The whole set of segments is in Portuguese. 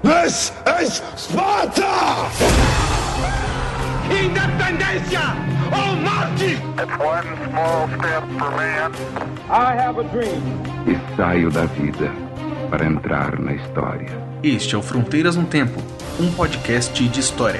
This is Sparta! Independencia or Marte! It's one small step for man. I have a dream. E saio da vida para entrar na história. Este é o Fronteiras no Tempo, um podcast de história.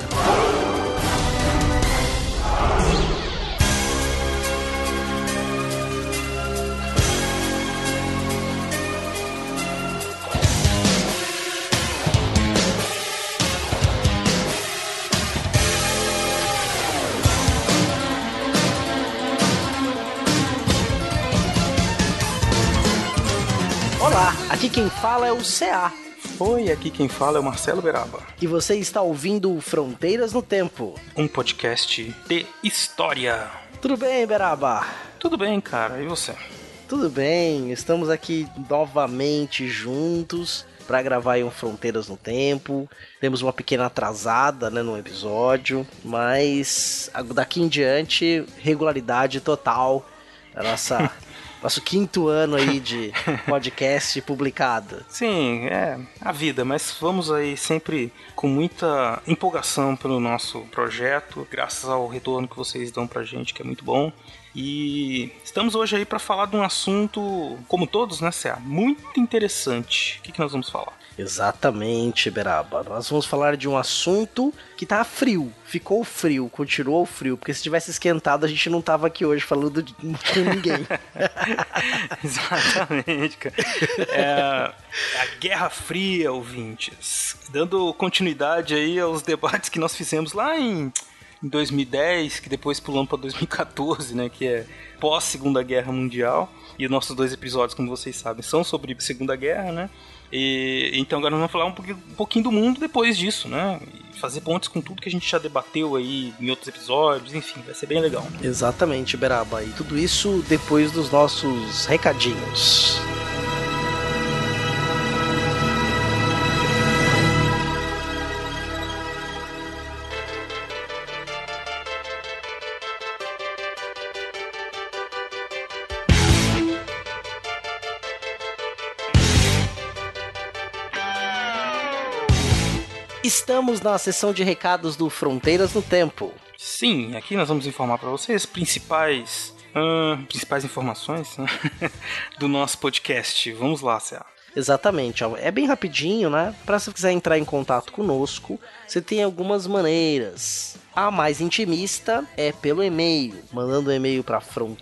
Olá, aqui quem fala é o CA. Oi, aqui quem fala é o Marcelo Beraba. E você está ouvindo Fronteiras no Tempo, Um podcast de história. Tudo bem, Beraba? Tudo bem, cara, e você? Tudo bem, estamos aqui novamente juntos para gravar aí um Fronteiras no Tempo. Temos uma pequena atrasada, né, no episódio, mas daqui em diante, regularidade total da nosso quinto ano aí de podcast publicado. Sim, é a vida, mas vamos aí sempre com muita empolgação pelo nosso projeto, graças ao retorno que vocês dão pra gente, que é muito bom. E estamos hoje aí para falar de um assunto, como todos, né, Cé? Muito interessante. O que nós vamos falar? Exatamente, Beraba. Nós vamos falar de um assunto que tá frio. Ficou frio, continuou frio. Porque se tivesse esquentado, a gente não tava aqui hoje falando com ninguém. Exatamente, cara. É a Guerra Fria, ouvintes. Dando continuidade aí aos debates que nós fizemos lá em 2010, que depois pulamos para 2014, né, que é pós-Segunda Guerra Mundial. E os nossos dois episódios, como vocês sabem, são sobre Segunda Guerra, né? E então agora nós vamos falar um pouquinho do mundo depois disso, né? E fazer pontes com tudo que a gente já debateu aí em outros episódios, enfim, vai ser bem legal. Exatamente, Beraba. E tudo isso depois dos nossos recadinhos. Estamos na sessão de recados do Fronteiras no Tempo. Sim, aqui nós vamos informar para vocês principais informações, né, do nosso podcast. Vamos lá, Cé. Exatamente, ó. É bem rapidinho, né? Para se você quiser entrar em contato conosco, você tem algumas maneiras. A mais intimista é pelo e-mail, mandando um e-mail para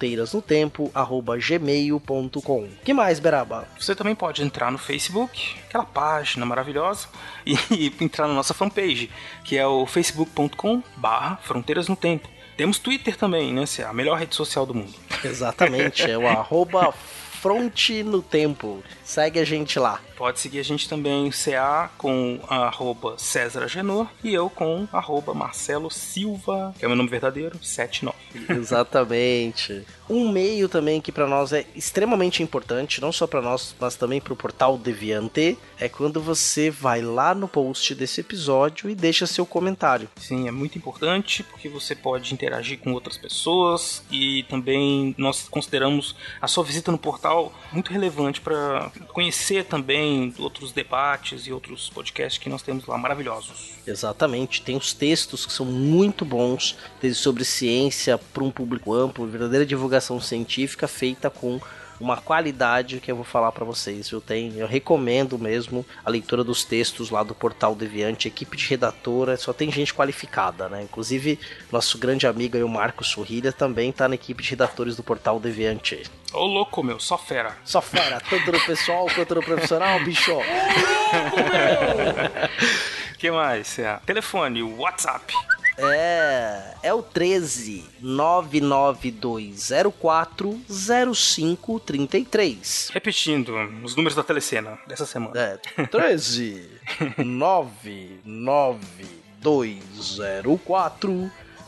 fronteirasnotempo@gmail.com. Que mais, Beraba? Você também pode entrar no Facebook, aquela página maravilhosa, e entrar na nossa fanpage, que é o facebook.com/Fronteiras no Tempo. Temos Twitter também, né? Essa é a melhor rede social do mundo. Exatamente, é o @Fronte no Tempo. Segue a gente lá. Pode seguir a gente também, o CA com @César Agenor e eu com @Marcelo Silva, que é o meu nome verdadeiro, 79. Exatamente. Um meio também que para nós é extremamente importante, não só para nós, mas também para o portal Deviante, é quando você vai lá no post desse episódio e deixa seu comentário. Sim, é muito importante porque você pode interagir com outras pessoas e também nós consideramos a sua visita no portal muito relevante para conhecer também outros debates e outros podcasts que nós temos lá, maravilhosos. Exatamente, tem os textos que são muito bons, textos sobre ciência para um público amplo, verdadeira divulgação científica feita com uma qualidade que eu vou falar para vocês, viu? Eu recomendo mesmo a leitura dos textos lá do Portal Deviante, equipe de redatora, só tem gente qualificada, né? Inclusive, nosso grande amigo aí, o Marcos Surrilha, também tá na equipe de redatores do Portal Deviante. Ô louco, meu, só fera. Só fera, tanto no pessoal quanto no profissional, bicho. Que mais? Telefone, WhatsApp. É o 13 99204 0533. Repetindo os números da telecena dessa semana. 13 99204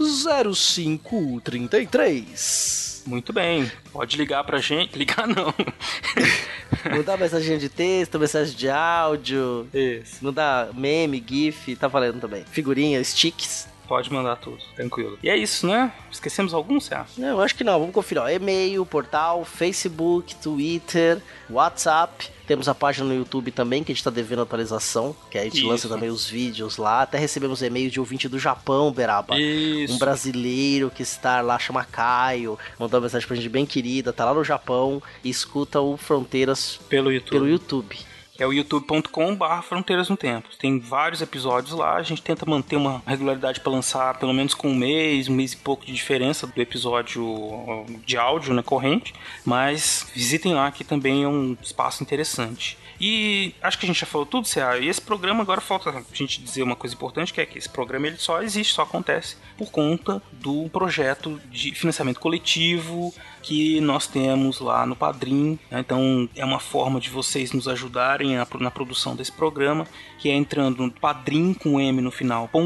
0533. Muito bem, pode ligar pra gente. Ligar não. Mandar mensagem de texto, mensagem de áudio. Isso. Mandar meme, gif, tá valendo também. Figurinha, sticks. Pode mandar tudo, tranquilo. E é isso, né? Esquecemos algum, Cé? Não, eu acho que não. Vamos conferir. Ó. E-mail, portal, Facebook, Twitter, WhatsApp. Temos a página no YouTube também, que a gente tá devendo atualização, que a gente lança também os vídeos lá. Até recebemos e-mail de ouvinte do Japão, Beraba. Isso. Um brasileiro que está lá, chama Caio, mandou uma mensagem pra gente bem querida, tá lá no Japão e escuta o Fronteiras pelo YouTube. É o youtube.com/Fronteiras no Tempo. Tem vários episódios lá, a gente tenta manter uma regularidade para lançar pelo menos com um mês e pouco de diferença do episódio de áudio, né, corrente, mas visitem lá que também é um espaço interessante. E acho que a gente já falou tudo, Cé. E esse programa, agora falta a gente dizer uma coisa importante, que é que esse programa ele só existe, só acontece por conta do projeto de financiamento coletivo que nós temos lá no Padrim. Então é uma forma de vocês nos ajudarem na produção desse programa, que é entrando no padrim com M no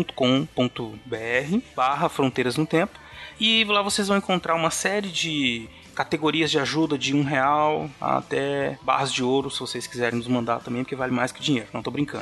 final.com.br/Fronteiras no Tempo, e lá vocês vão encontrar uma série de categorias de ajuda de R$1 até barras de ouro, se vocês quiserem nos mandar também, porque vale mais que dinheiro. Não tô brincando.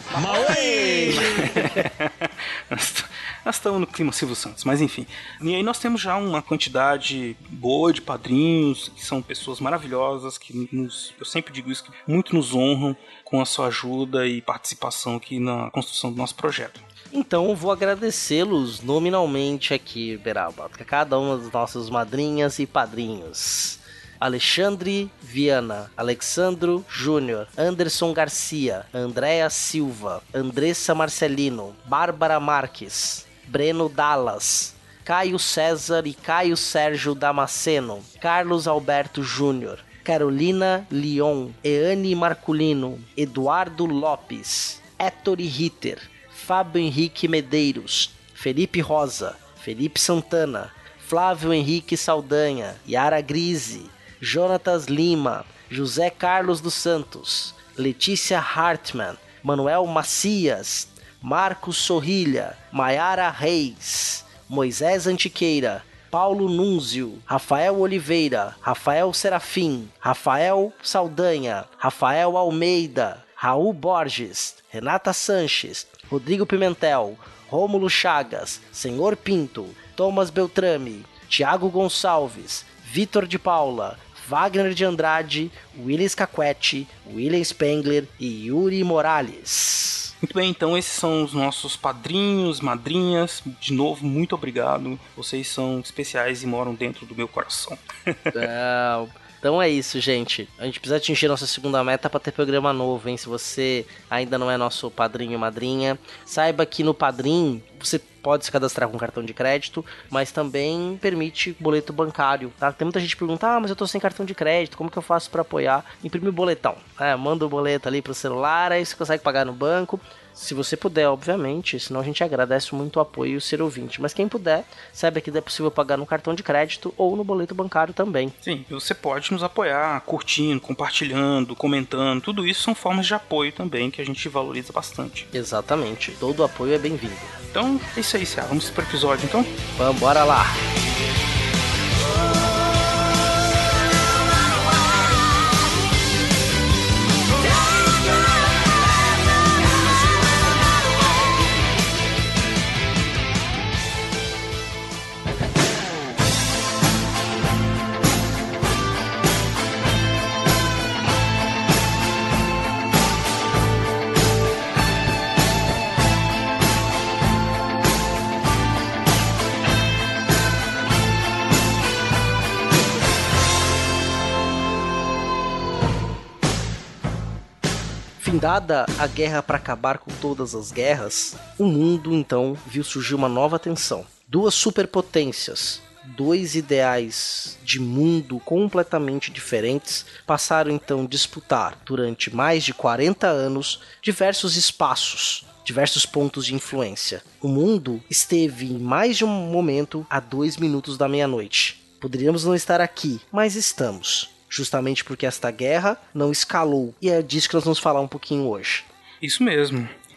Nós estamos no clima Silvio Santos, mas enfim. E aí nós temos já uma quantidade boa de padrinhos, que são pessoas maravilhosas, que eu sempre digo isso, que muito nos honram com a sua ajuda e participação aqui na construção do nosso projeto. Então vou agradecê-los nominalmente aqui, Beraba, a cada uma das nossas madrinhas e padrinhos. Alexandre Viana, Alexandro Júnior, Anderson Garcia, Andréa Silva, Andressa Marcelino, Bárbara Marques, Breno Dallas, Caio César e Caio Sérgio Damasceno, Carlos Alberto Júnior, Carolina Leon, Eane Marculino, Eduardo Lopes, Ettore Ritter, Fábio Henrique Medeiros, Felipe Rosa, Felipe Santana, Flávio Henrique Saldanha, Yara Grise, Jonatas Lima, José Carlos dos Santos, Letícia Hartmann, Manuel Macias, Marcos Sorrilha, Maiara Reis, Moisés Antiqueira, Paulo Núnzio, Rafael Oliveira, Rafael Serafim, Rafael Saldanha, Rafael Almeida, Raul Borges, Renata Sanches, Rodrigo Pimentel, Rômulo Chagas, Senhor Pinto, Thomas Beltrame, Tiago Gonçalves, Vitor de Paula, Wagner de Andrade, Willis Caquete, William Spengler e Yuri Morales. Muito bem, então esses são os nossos padrinhos, madrinhas. De novo, muito obrigado. Vocês são especiais e moram dentro do meu coração. Então é isso, gente. A gente precisa atingir nossa segunda meta para ter programa novo, hein? Se você ainda não é nosso padrinho ou madrinha, saiba que no Padrim você pode se cadastrar com cartão de crédito, mas também permite boleto bancário, tá? Tem muita gente que pergunta, mas eu tô sem cartão de crédito, como que eu faço para apoiar? Imprime o boletão, manda o boleto ali pro celular, aí você consegue pagar no banco. Se você puder, obviamente, senão a gente agradece muito o apoio e o ser ouvinte. Mas quem puder, saiba que é possível pagar no cartão de crédito ou no boleto bancário também. Sim, você pode nos apoiar curtindo, compartilhando, comentando. Tudo isso são formas de apoio também que a gente valoriza bastante. Exatamente, todo apoio é bem-vindo. Então, é isso aí, Cé. Vamos pro episódio, então? Vamos, bora lá! Findada a guerra para acabar com todas as guerras, o mundo então viu surgir uma nova tensão. Duas superpotências, dois ideais de mundo completamente diferentes, passaram então a disputar durante mais de 40 anos diversos espaços, diversos pontos de influência. O mundo esteve em mais de um momento a 2 minutos da meia-noite. Poderíamos não estar aqui, mas estamos. Justamente porque esta guerra não escalou. E é disso que nós vamos falar um pouquinho hoje. Isso mesmo.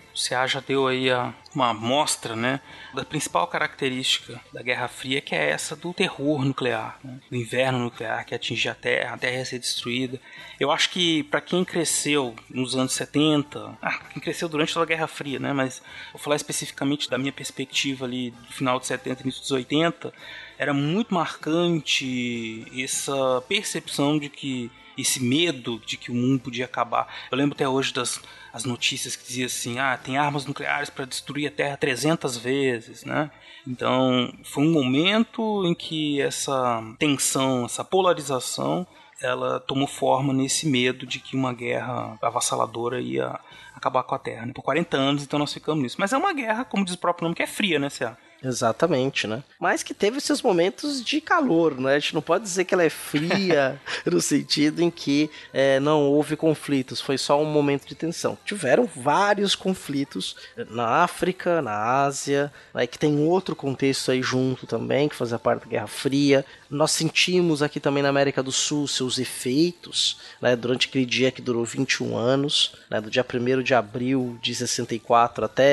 O CA já deu aí uma amostra, né, da principal característica da Guerra Fria, que é essa do terror nuclear, né, do inverno nuclear que atinge a Terra ia ser destruída. Eu acho que para quem cresceu nos anos 70, quem cresceu durante toda a Guerra Fria, né, mas vou falar especificamente da minha perspectiva ali do final de 70 e início dos 80, era muito marcante essa percepção de que esse medo de que o mundo podia acabar. Eu lembro até hoje as notícias que diziam assim, tem armas nucleares para destruir a Terra 300 vezes, né? Então, foi um momento em que essa tensão, essa polarização, ela tomou forma nesse medo de que uma guerra avassaladora ia acabar com a Terra, né? Por 40 anos, então nós ficamos nisso. Mas é uma guerra, como diz o próprio nome, que é fria, né, C.A.? Exatamente, né? Mas que teve seus momentos de calor, né? A gente não pode dizer que ela é fria no sentido em que não houve conflitos, foi só um momento de tensão. Tiveram vários conflitos na África, na Ásia, né, que tem outro contexto aí junto também, que fazia parte da Guerra Fria. Nós sentimos aqui também na América do Sul seus efeitos, né, durante aquele dia que durou 21 anos, né, do dia 1º de abril de 64 até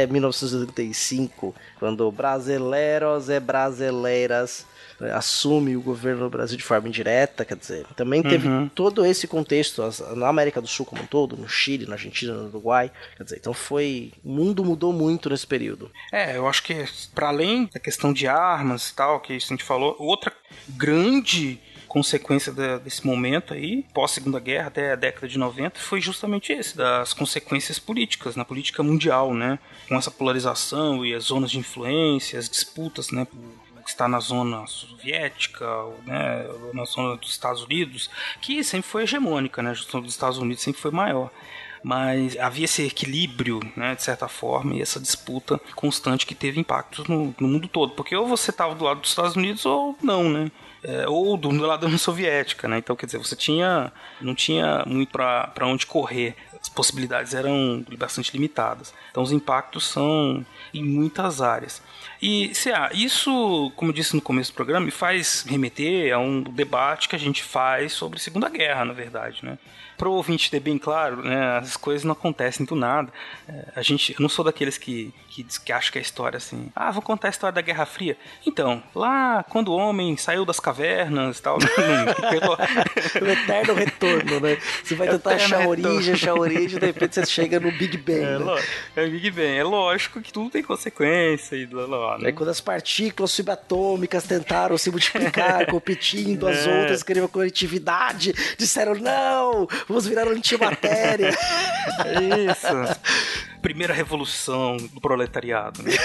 1985, quando brasileiros e brasileiras assume o governo do Brasil de forma indireta, quer dizer, também teve todo esse contexto na América do Sul como um todo, no Chile, na Argentina, no Uruguai, quer dizer, então o mundo mudou muito nesse período. Eu acho que para além da questão de armas e tal, que a gente falou, outra grande consequência desse momento aí, pós-Segunda Guerra, até a década de 90, foi justamente esse, das consequências políticas, na política mundial, né? Com essa polarização e as zonas de influência, as disputas, né? Que está na zona soviética, né? Na zona dos Estados Unidos, que sempre foi hegemônica, né? A zona dos Estados Unidos sempre foi maior. Mas havia esse equilíbrio, né, de certa forma, e essa disputa constante que teve impactos no mundo todo. Porque ou você estava do lado dos Estados Unidos ou não, né? Ou do lado da União Soviética, né? Então, quer dizer, você não tinha muito para onde correr. As possibilidades eram bastante limitadas. Então, os impactos são em muitas áreas. E, isso, como eu disse no começo do programa, me faz remeter a um debate que a gente faz sobre a Segunda Guerra, na verdade, né? Para o ouvinte ter bem claro, né, as coisas não acontecem do nada. Eu não sou daqueles que acham que a história assim... vou contar a história da Guerra Fria. Então, lá quando o homem saiu das cavernas e tal... O eterno retorno, né? Você vai tentar achar a origem, de repente você chega no Big Bang. É o Big Bang. É lógico que tudo tem consequência e blá, né? É quando as partículas subatômicas tentaram se multiplicar, competindo, as outras queriam a coletividade, disseram não... Vamos virar antimatéria. Isso. Primeira revolução do proletariado, né?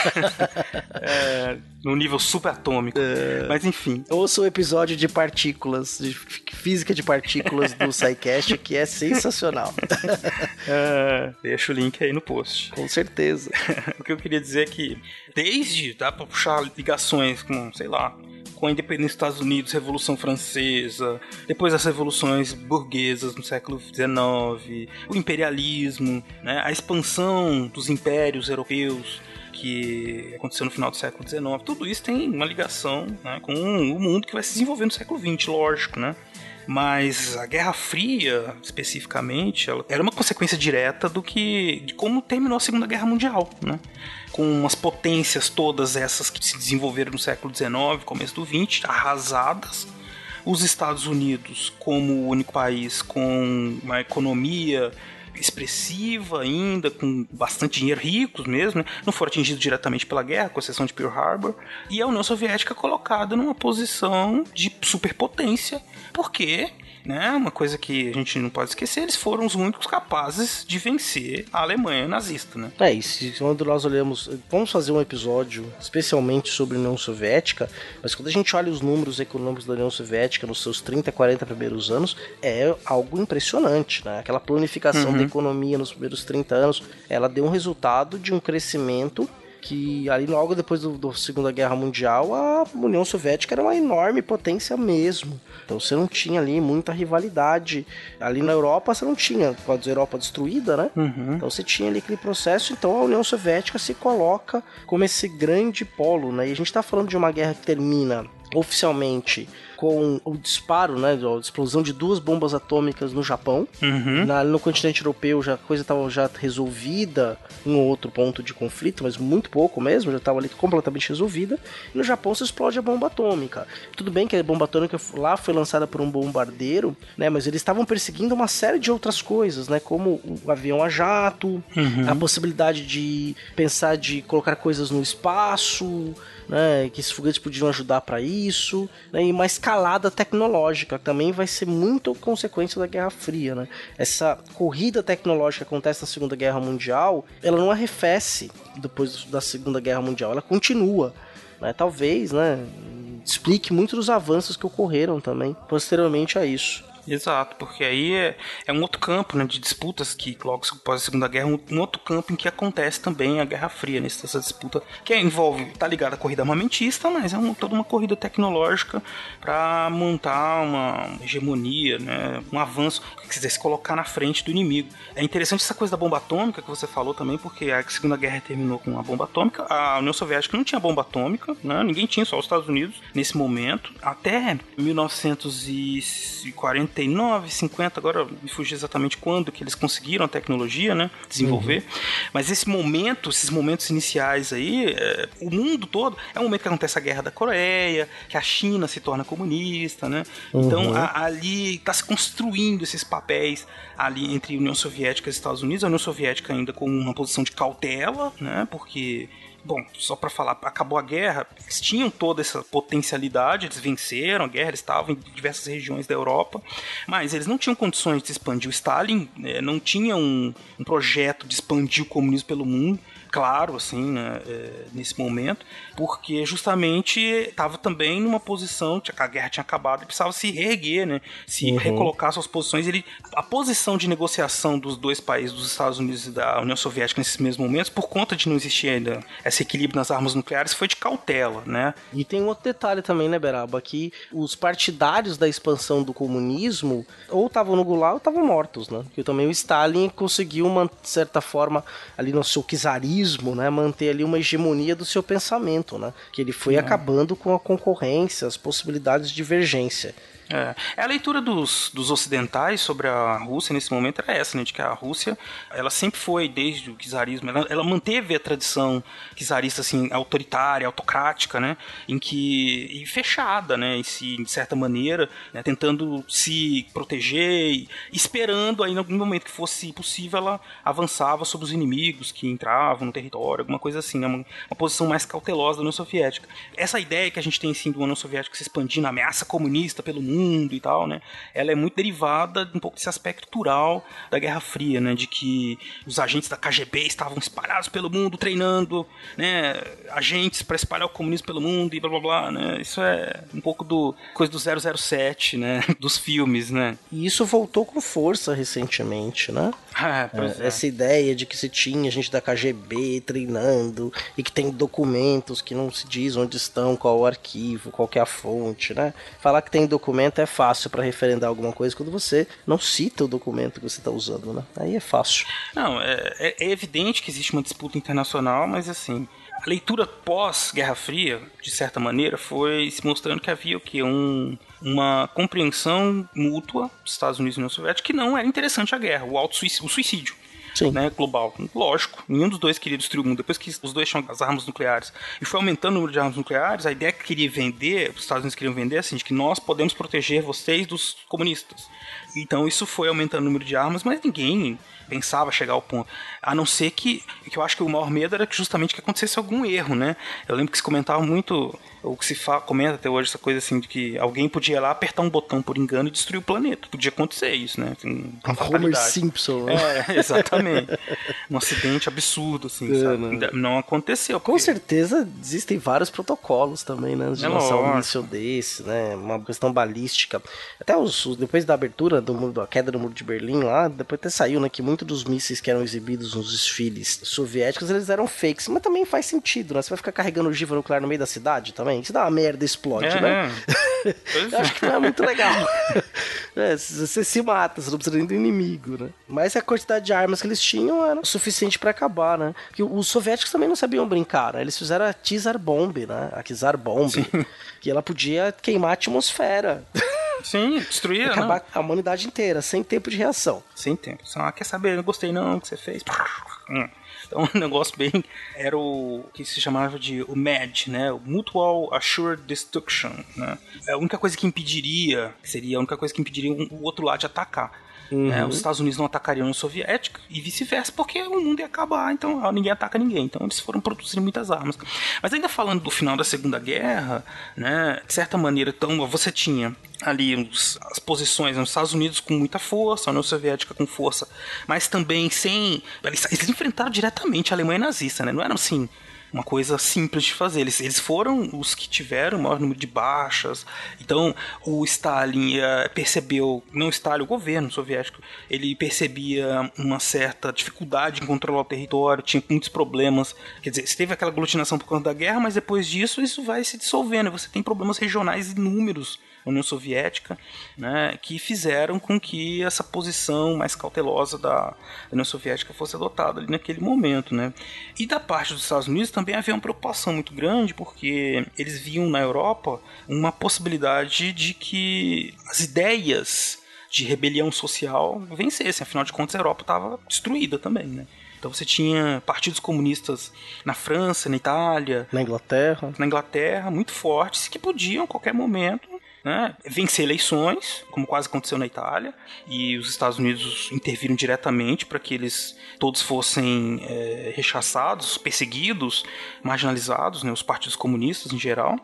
No nível subatômico. Mas enfim. Ouça o episódio de partículas, de física de partículas do SciCast, que é sensacional. Deixa o link aí no post. Com certeza. O que eu queria dizer é que dá pra puxar ligações com, sei lá, com a independência dos Estados Unidos, Revolução Francesa, depois as revoluções burguesas no século XIX, o imperialismo, né, a expansão dos impérios europeus que aconteceu no final do século XIX, tudo isso tem uma ligação, né, com o mundo que vai se desenvolver no século XX, lógico, né? Mas a Guerra Fria, especificamente, ela era uma consequência direta de como terminou a Segunda Guerra Mundial, né? Com as potências todas essas que se desenvolveram no século XIX, começo do XX, arrasadas. Os Estados Unidos, como o único país com uma economia expressiva ainda, com bastante dinheiro, ricos mesmo, né? Não foram atingidos diretamente pela guerra, com exceção de Pearl Harbor, e a União Soviética colocada numa posição de superpotência, porque, né, uma coisa que a gente não pode esquecer, eles foram os únicos capazes de vencer a Alemanha nazista, né? Isso, quando nós olhamos, vamos fazer um episódio especialmente sobre a União Soviética, mas quando a gente olha os números econômicos da União Soviética nos seus 30, 40 primeiros anos, é algo impressionante, né? Aquela planificação da economia nos primeiros 30 anos, ela deu um resultado de um crescimento que ali logo depois da Segunda Guerra Mundial a União Soviética era uma enorme potência mesmo. Então você não tinha ali muita rivalidade. Ali na Europa você não tinha, pode dizer, Europa destruída, né? Então você tinha ali aquele processo, então a União Soviética se coloca como esse grande polo, né? E a gente tá falando de uma guerra que termina oficialmente com o disparo, né, a explosão de 2 bombas atômicas no Japão. No continente europeu a coisa estava já resolvida, um ou outro ponto de conflito, mas muito pouco mesmo, já estava ali completamente resolvida. E no Japão se explode a bomba atômica. Tudo bem que a bomba atômica lá foi lançada por um bombardeiro, né, mas eles estavam perseguindo uma série de outras coisas, né, como o avião a jato, a possibilidade de pensar de colocar coisas no espaço, né, que esses foguetes podiam ajudar para isso, né, e uma escalada tecnológica também vai ser muito consequência da Guerra Fria, né? Essa corrida tecnológica que acontece na Segunda Guerra Mundial, ela não arrefece depois da Segunda Guerra Mundial, ela continua, né? Talvez, né, explique muitos dos avanços que ocorreram também posteriormente a isso. Exato, porque aí é um outro campo, né, de disputas que logo após a Segunda Guerra, um outro campo em que acontece também a Guerra Fria, né, essa disputa que envolve, tá ligada à corrida armamentista, mas é toda uma corrida tecnológica para montar uma hegemonia, né, um avanço, que quiser se colocar na frente do inimigo. É interessante essa coisa da bomba atômica que você falou também, porque a Segunda Guerra terminou com a bomba atômica, a União Soviética não tinha bomba atômica, né, ninguém tinha, só os Estados Unidos nesse momento, até 1949, 50, agora me fugi exatamente quando que eles conseguiram a tecnologia, né, desenvolver, mas esses momentos iniciais aí, o mundo todo, é o momento que acontece a Guerra da Coreia, que a China se torna comunista, né, então ali está se construindo esses papéis ali entre União Soviética e Estados Unidos, a União Soviética ainda com uma posição de cautela, né, porque... Bom, só para falar, acabou a guerra, eles tinham toda essa potencialidade, eles venceram a guerra, eles estavam em diversas regiões da Europa, mas eles não tinham condições de expandir o Stalin, não tinha um projeto de expandir o comunismo pelo mundo, claro, assim, né, nesse momento, porque justamente estava também numa posição, a guerra tinha acabado e precisava se reerguer, né, se recolocar suas posições. A posição de negociação dos dois países, dos Estados Unidos e da União Soviética nesses mesmos momentos, por conta de não existir ainda esse equilíbrio nas armas nucleares, foi de cautela, né. E tem um outro detalhe também, né, Beraba, que os partidários da expansão do comunismo ou estavam no Gulag ou estavam mortos, né, que também o Stalin conseguiu, uma certa forma, ali no seu czarismo, né, manter ali uma hegemonia do seu pensamento, né, que ele foi acabando com a concorrência, as possibilidades de divergência. A leitura dos ocidentais sobre a Rússia nesse momento era essa, né, de que a Rússia, ela sempre foi, desde o czarismo, ela manteve a tradição czarista, assim, autoritária, autocrática, né, e fechada, né, de certa maneira, né, tentando se proteger, esperando aí, em algum momento que fosse possível, ela avançava sobre os inimigos que entravam no território, alguma coisa assim, né, uma posição mais cautelosa da União Soviética. Essa ideia que a gente tem, assim, da União Soviética se expandindo, a ameaça comunista pelo mundo e tal, né? Ela é muito derivada de um pouco desse aspecto cultural da Guerra Fria, né? De que os agentes da KGB estavam espalhados pelo mundo, treinando, né? Agentes para espalhar o comunismo pelo mundo e blá blá blá, né? Isso é um pouco coisa do 007, né? Dos filmes, né? E isso voltou com força recentemente, né? Essa ideia de que se tinha gente da KGB treinando e que tem documentos que não se diz onde estão, qual o arquivo, qual que é a fonte, né? Falar que tem documento é fácil para referendar alguma coisa quando você não cita o documento que você está usando, né? Aí é fácil. Não, é evidente que existe uma disputa internacional, mas assim, a leitura pós-Guerra Fria, de certa maneira, foi se mostrando que havia o quê? Uma compreensão mútua dos Estados Unidos e União Soviética que não era interessante a guerra, o suicídio. Sim. Né, global. Lógico, nenhum dos dois queria destruir o mundo. Depois que os dois tinham as armas nucleares e foi aumentando o número de armas nucleares, a ideia que queria vender, os Estados Unidos queriam vender, assim, de que nós podemos proteger vocês dos comunistas. Então isso foi aumentando o número de armas, mas ninguém pensava chegar ao ponto. A não ser que eu acho que o maior medo era justamente que acontecesse algum erro, né? Eu lembro que se comentava muito, ou que comenta até hoje, essa coisa assim, de que alguém podia ir lá apertar um botão por engano e destruir o planeta. Podia acontecer isso, né? Assim, Homer Simpson. Né? Exatamente. Um acidente absurdo, assim, sabe? Não aconteceu. Com certeza existem vários protocolos também, né? De lançar um míssil desse, né? Uma questão balística. Até depois da abertura da queda do Muro de Berlim lá, depois até saiu, né, que muitos dos mísseis que eram exibidos nos desfiles soviéticos, eles eram fakes, mas também faz sentido, né? Você vai ficar carregando ogiva nuclear no meio da cidade também? Isso dá uma merda, explode, né? Eu acho que não é muito legal. Você se mata, você não precisa nem do inimigo, né? Mas a quantidade de armas que eles tinham era o suficiente pra acabar, né? Porque os soviéticos também não sabiam brincar, né? Eles fizeram a Tsar Bomb, né? A Tsar Bomb, que ela podia queimar a atmosfera. Sim, destruía, acabar né? a humanidade inteira, sem tempo de reação. Sem tempo. Só, quer saber? Não gostei não do que você fez. Então, um negócio bem... Era o que se chamava de o MAD, né? O Mutual Assured Destruction, né? A única coisa que impediria... Seria a única coisa que impediria o outro lado de atacar. Os Estados Unidos não atacariam a União Soviética e vice-versa, porque o mundo ia acabar, então ninguém ataca ninguém. Então eles foram produzindo muitas armas. Mas ainda falando do final da Segunda Guerra, né, de certa maneira, então, você tinha ali as posições, os Estados Unidos com muita força, a União Soviética com força, mas também sem... Eles enfrentaram diretamente a Alemanha nazista, né? Não era assim... uma coisa simples de fazer. Eles foram os que tiveram o maior número de baixas. Então, o Stalin percebeu, não o Stalin, o governo soviético, ele percebia uma certa dificuldade em controlar o território, tinha muitos problemas. Quer dizer, você teve aquela aglutinação por conta da guerra, mas depois disso, isso vai se dissolvendo. Você tem problemas regionais inúmeros na União Soviética, né, que fizeram com que essa posição mais cautelosa da União Soviética fosse adotada ali naquele momento, né. E da parte dos Estados Unidos também havia uma preocupação muito grande, porque eles viam na Europa uma possibilidade de que as ideias de rebelião social vencessem. Afinal de contas, a Europa estava destruída também, né. Então você tinha partidos comunistas na França, na Itália, na Inglaterra, muito fortes, que podiam a qualquer momento, né, vencer eleições, como quase aconteceu na Itália, e os Estados Unidos interviram diretamente para que eles todos fossem rechaçados, perseguidos, marginalizados, né, os partidos comunistas em geral,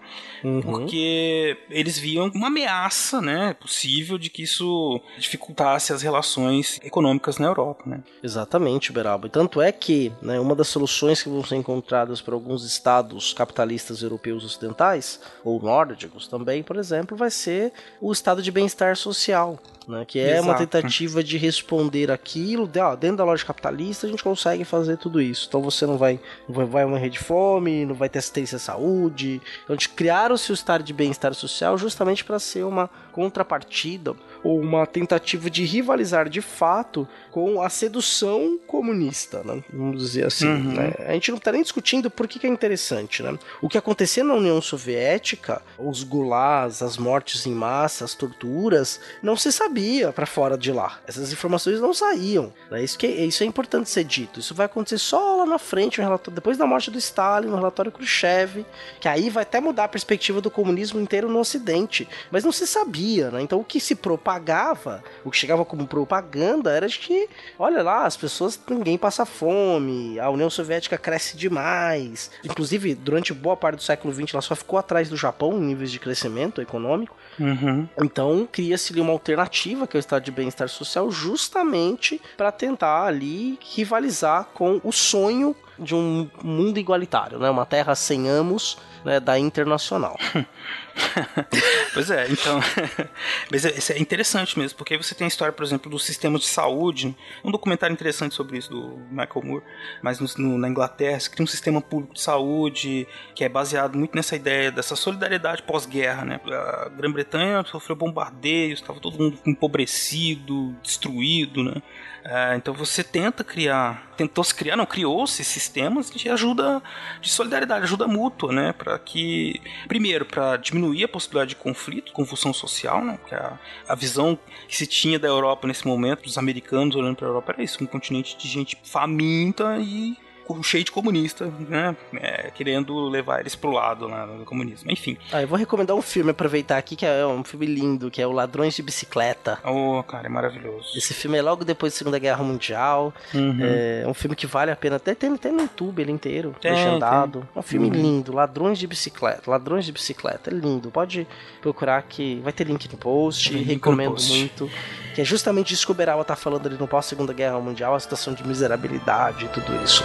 porque eles viam uma ameaça, né, possível de que isso dificultasse as relações econômicas na Europa, né. Exatamente, Beraba. E tanto é que, né, uma das soluções que vão ser encontradas por alguns estados capitalistas europeus ocidentais, ou nórdicos também, por exemplo, vai ser o estado de bem-estar social, né, que é uma tentativa de responder aquilo, dentro da lógica capitalista a gente consegue fazer tudo isso. Então você não vai morrer de fome, não vai ter assistência à saúde. Então criaram-se o estado de bem-estar social justamente para ser uma contrapartida ou uma tentativa de rivalizar de fato com a sedução comunista, né? Vamos dizer assim, né? A gente não está nem discutindo por que é interessante, né? O que acontecia na União Soviética, os gulags, as mortes em massa, as torturas, não se sabia para fora de lá. Essas informações não saíam, né? Isso é importante ser dito. Isso vai acontecer só lá na frente, depois da morte do Stalin, no relatório Khrushchev, que aí vai até mudar a perspectiva do comunismo inteiro no Ocidente. Mas não se sabia, né? Então o que se propagava, o que chegava como propaganda era de que, olha lá, as pessoas, ninguém passa fome, a União Soviética cresce demais. Inclusive, durante boa parte do século XX, ela só ficou atrás do Japão em níveis de crescimento econômico. Então, cria-se uma alternativa, que é o estado de bem-estar social, justamente para tentar ali rivalizar com o sonho de um mundo igualitário, né? Uma terra sem amos, né, da Internacional. Pois é, então mas isso é interessante mesmo, porque aí você tem a história, por exemplo, dos sistemas de saúde, um documentário interessante sobre isso do Michael Moore, mas na Inglaterra você cria um sistema público de saúde que é baseado muito nessa ideia dessa solidariedade pós-guerra, né? A Grã-Bretanha sofreu bombardeios, estava todo mundo empobrecido, destruído, né? Então você criou-se sistemas de ajuda, de solidariedade, ajuda mútua, né? Para que, primeiro, para diminuir a possibilidade de conflito, confusão social, né? Porque a visão que se tinha da Europa nesse momento, dos americanos olhando para a Europa, era isso, um continente de gente faminta e cheio de comunista, né? Querendo levar eles pro lado lá do comunismo. Enfim. Eu vou recomendar um filme, aproveitar aqui, que é um filme lindo, que é o Ladrões de Bicicleta. Cara, é maravilhoso. Esse filme é logo depois da Segunda Guerra Mundial. É um filme que vale a pena. Até tem no YouTube ele inteiro, legendado. É um filme lindo, Ladrões de Bicicleta. Ladrões de Bicicleta, é lindo. Pode procurar que vai ter link no post. Recomendo muito. Que é justamente isso que o Beraba tá falando ali no pós-Segunda Guerra Mundial, a situação de miserabilidade e tudo isso.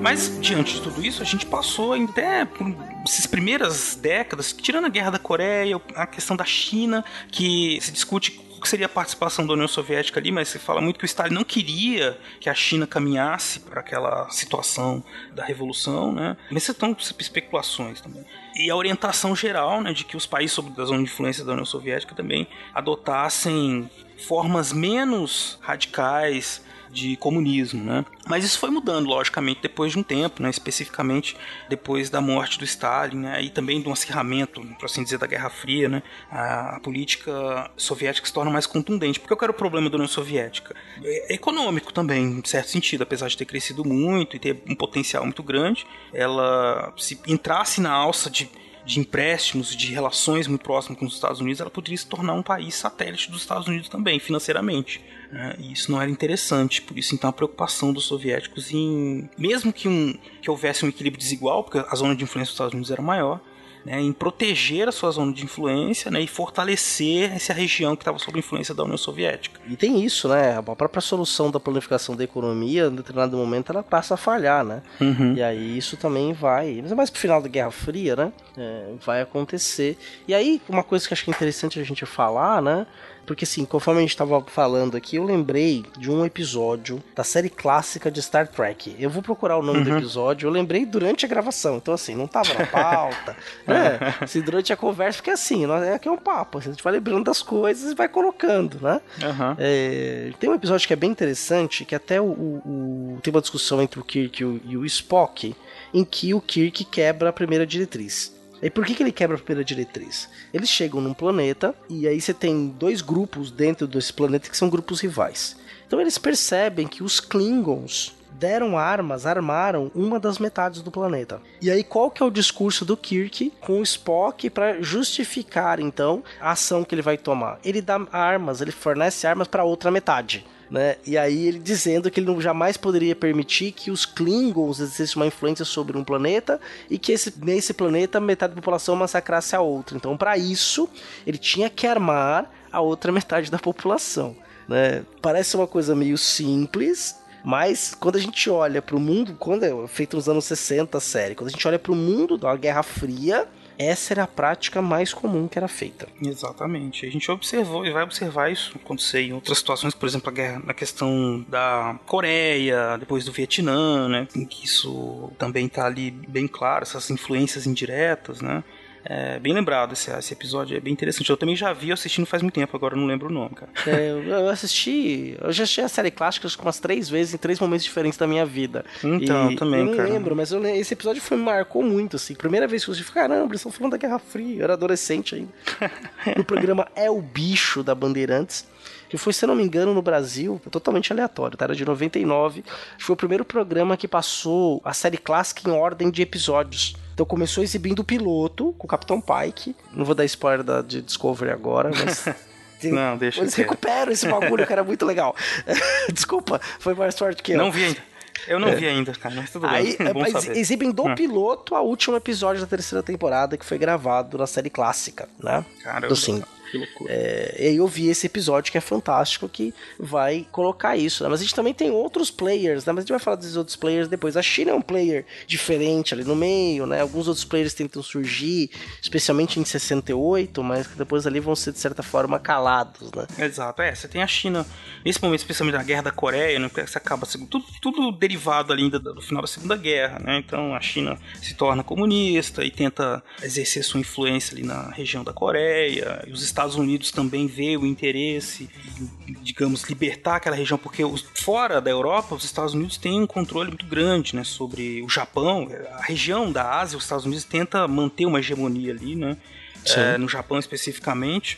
Mas, diante de tudo isso, a gente passou até por essas primeiras décadas, tirando a Guerra da Coreia, a questão da China, que se discute o que seria a participação da União Soviética ali, mas se fala muito que o Stalin não queria que a China caminhasse para aquela situação da revolução, né? Mas são especulações também. E a orientação geral, né, de que os países sob a zona de influência da União Soviética também adotassem formas menos radicais de comunismo, né? Mas isso foi mudando, logicamente, depois de um tempo, né? Especificamente depois da morte do Stalin, né? E também de um acirramento, por assim dizer, da Guerra Fria, né? A política soviética se torna mais contundente. Porque qual era o problema da União Soviética? É econômico também, em certo sentido, apesar de ter crescido muito e ter um potencial muito grande, ela, se entrasse na alça de empréstimos, de relações muito próximas com os Estados Unidos, ela poderia se tornar um país satélite dos Estados Unidos também, financeiramente. E isso não era interessante, por isso então a preocupação dos soviéticos em, mesmo que houvesse um equilíbrio desigual, porque a zona de influência dos Estados Unidos era maior, né, em proteger a sua zona de influência, né, e fortalecer essa região que estava sob influência da União Soviética. E tem isso, né? A própria solução da planificação da economia, em determinado momento, ela passa a falhar, né? E aí isso também vai... Mas é mais pro final da Guerra Fria, né? Vai acontecer. E aí, uma coisa que acho que é interessante a gente falar, né? Porque assim, conforme a gente estava falando aqui, eu lembrei de um episódio da série clássica de Star Trek. Eu vou procurar o nome do episódio, eu lembrei durante a gravação, então assim, não tava na pauta, né? Assim, durante a conversa, porque assim, aqui é um papo, assim, a gente vai lembrando das coisas e vai colocando, né? Tem um episódio que é bem interessante, que até tem uma discussão entre o Kirk e o Spock, em que o Kirk quebra a primeira diretriz. E por que ele quebra a primeira diretriz? Eles chegam num planeta e aí você tem dois grupos dentro desse planeta que são grupos rivais. Então eles percebem que os Klingons armaram uma das metades do planeta. E aí qual que é o discurso do Kirk com o Spock para justificar então a ação que ele vai tomar? Ele dá armas, ele fornece armas para outra metade. Né? E aí ele dizendo que ele jamais poderia permitir que os Klingons exercessem uma influência sobre um planeta e que nesse planeta metade da população massacrasse a outra. Então para isso ele tinha que armar a outra metade da população, né? Parece uma coisa meio simples, mas quando a gente olha para o mundo, quando é feito nos anos 60 a série, quando a gente olha para o mundo da Guerra Fria, essa era a prática mais comum que era feita. Exatamente. A gente observou e vai observar isso acontecer em outras situações, por exemplo, a guerra na questão da Coreia, depois do Vietnã, né? Em que isso também está ali bem claro, essas influências indiretas, né? É bem lembrado, esse episódio é bem interessante. Eu também já vi assistindo faz muito tempo, agora eu não lembro o nome, cara. Eu já assisti a série clássica umas 3 vezes em 3 momentos diferentes da minha vida. Então, eu também, cara. Eu não lembro, mas esse episódio me marcou muito, assim. Primeira vez que eu falei, caramba, eles estão falando da Guerra Fria. Eu era adolescente ainda. No programa É o Bicho, da Bandeirantes, que foi, se não me engano, no Brasil, totalmente aleatório, tá? Era de 99. Foi o primeiro programa que passou a série clássica em ordem de episódios. Então começou exibindo o piloto com o Capitão Pike. Não vou dar spoiler de Discovery agora, mas... Não, deixa. Eles recuperam esse bagulho, que era muito legal. Desculpa, foi mais forte que eu. Não vi ainda. Eu não vi ainda, cara, mas tudo bem. Bom saber. Exibem do piloto ao último episódio da 3ª temporada, que foi gravado na série clássica, né? Caramba, do Sim. Que loucura. E aí eu vi esse episódio que é fantástico, que vai colocar isso, né? Mas a gente também tem outros players, né? Mas a gente vai falar desses outros players depois. A China é um player diferente ali no meio, né? Alguns outros players tentam surgir, especialmente em 68, mas que depois ali vão ser, de certa forma, calados, né? Exato, você tem a China, nesse momento, especialmente da Guerra da Coreia, né? Você acaba tudo derivado ali ainda do final da Segunda Guerra, né? Então a China se torna comunista e tenta exercer sua influência ali na região da Coreia, e os Estados Unidos também vê o interesse em, digamos, libertar aquela região, porque fora da Europa, os Estados Unidos têm um controle muito grande, né, sobre o Japão, a região da Ásia. Os Estados Unidos tenta manter uma hegemonia ali, né, no Japão especificamente,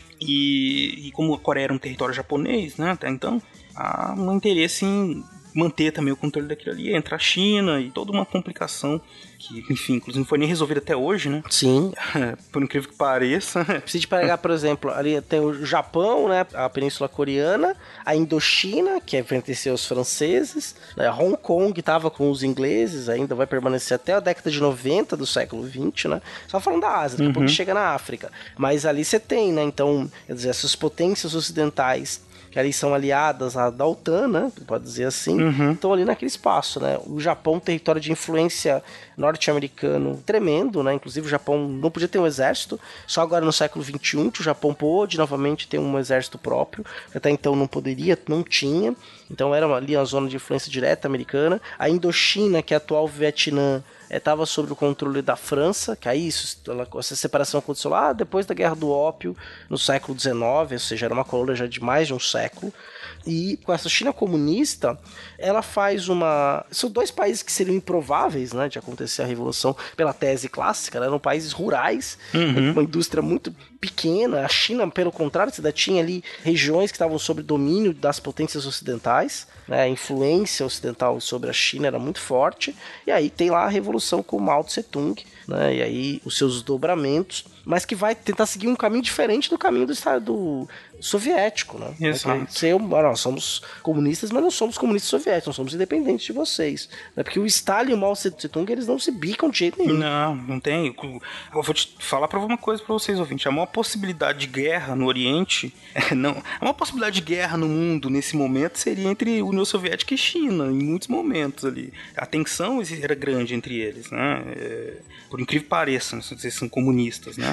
e como a Coreia era um território japonês, né, até então, há um interesse em manter também o controle daquilo ali, entre a China e toda uma complicação que, enfim, inclusive não foi nem resolvida até hoje, né? Sim. Por incrível que pareça. Precisa de pegar, por exemplo, ali tem o Japão, né? A Península Coreana, a Indochina, que pertenceu aos franceses, né? Hong Kong, que estava com os ingleses, ainda vai permanecer até a década de 90 do século XX, né? Só falando da Ásia, daqui a pouco chega na África. Mas ali você tem, né? Então, quer dizer, essas potências ocidentais que que ali são aliadas da OTAN, né? Pode dizer assim. Estão ali naquele espaço, né? O Japão, território de influência norte-americano tremendo, né? Inclusive o Japão não podia ter um exército, só agora no século XXI que o Japão pôde novamente ter um exército próprio, até então não poderia, não tinha, então era ali a zona de influência direta americana. A Indochina, que é a atual Vietnã, estava sob o controle da França, que aí essa separação aconteceu lá depois da Guerra do Ópio, no século XIX, ou seja, era uma colônia já de mais de um século. E com essa China comunista, ela faz uma... São dois países que seriam improváveis, né, de acontecer a revolução pela tese clássica, né, eram países rurais, né, uma indústria muito pequena. A China, pelo contrário, você tinha ali regiões que estavam sob domínio das potências ocidentais, né, a influência ocidental sobre a China era muito forte, e aí tem lá a revolução com Mao Tse-tung, né, e aí os seus desdobramentos, mas que vai tentar seguir um caminho diferente do caminho do Estado soviético, né? Exato. Nós somos comunistas, mas não somos comunistas soviéticos, nós somos independentes de vocês, né? Porque o Stalin e o Mao Tse-tung, eles não se bicam de jeito nenhum. Não tem. Eu vou te falar para uma coisa para vocês, ouvintes. A maior possibilidade de guerra no Oriente, a maior possibilidade de guerra no mundo nesse momento seria entre União Soviética e China, em muitos momentos ali. A tensão era grande entre eles, né? Por incrível que pareça, vocês são comunistas, né?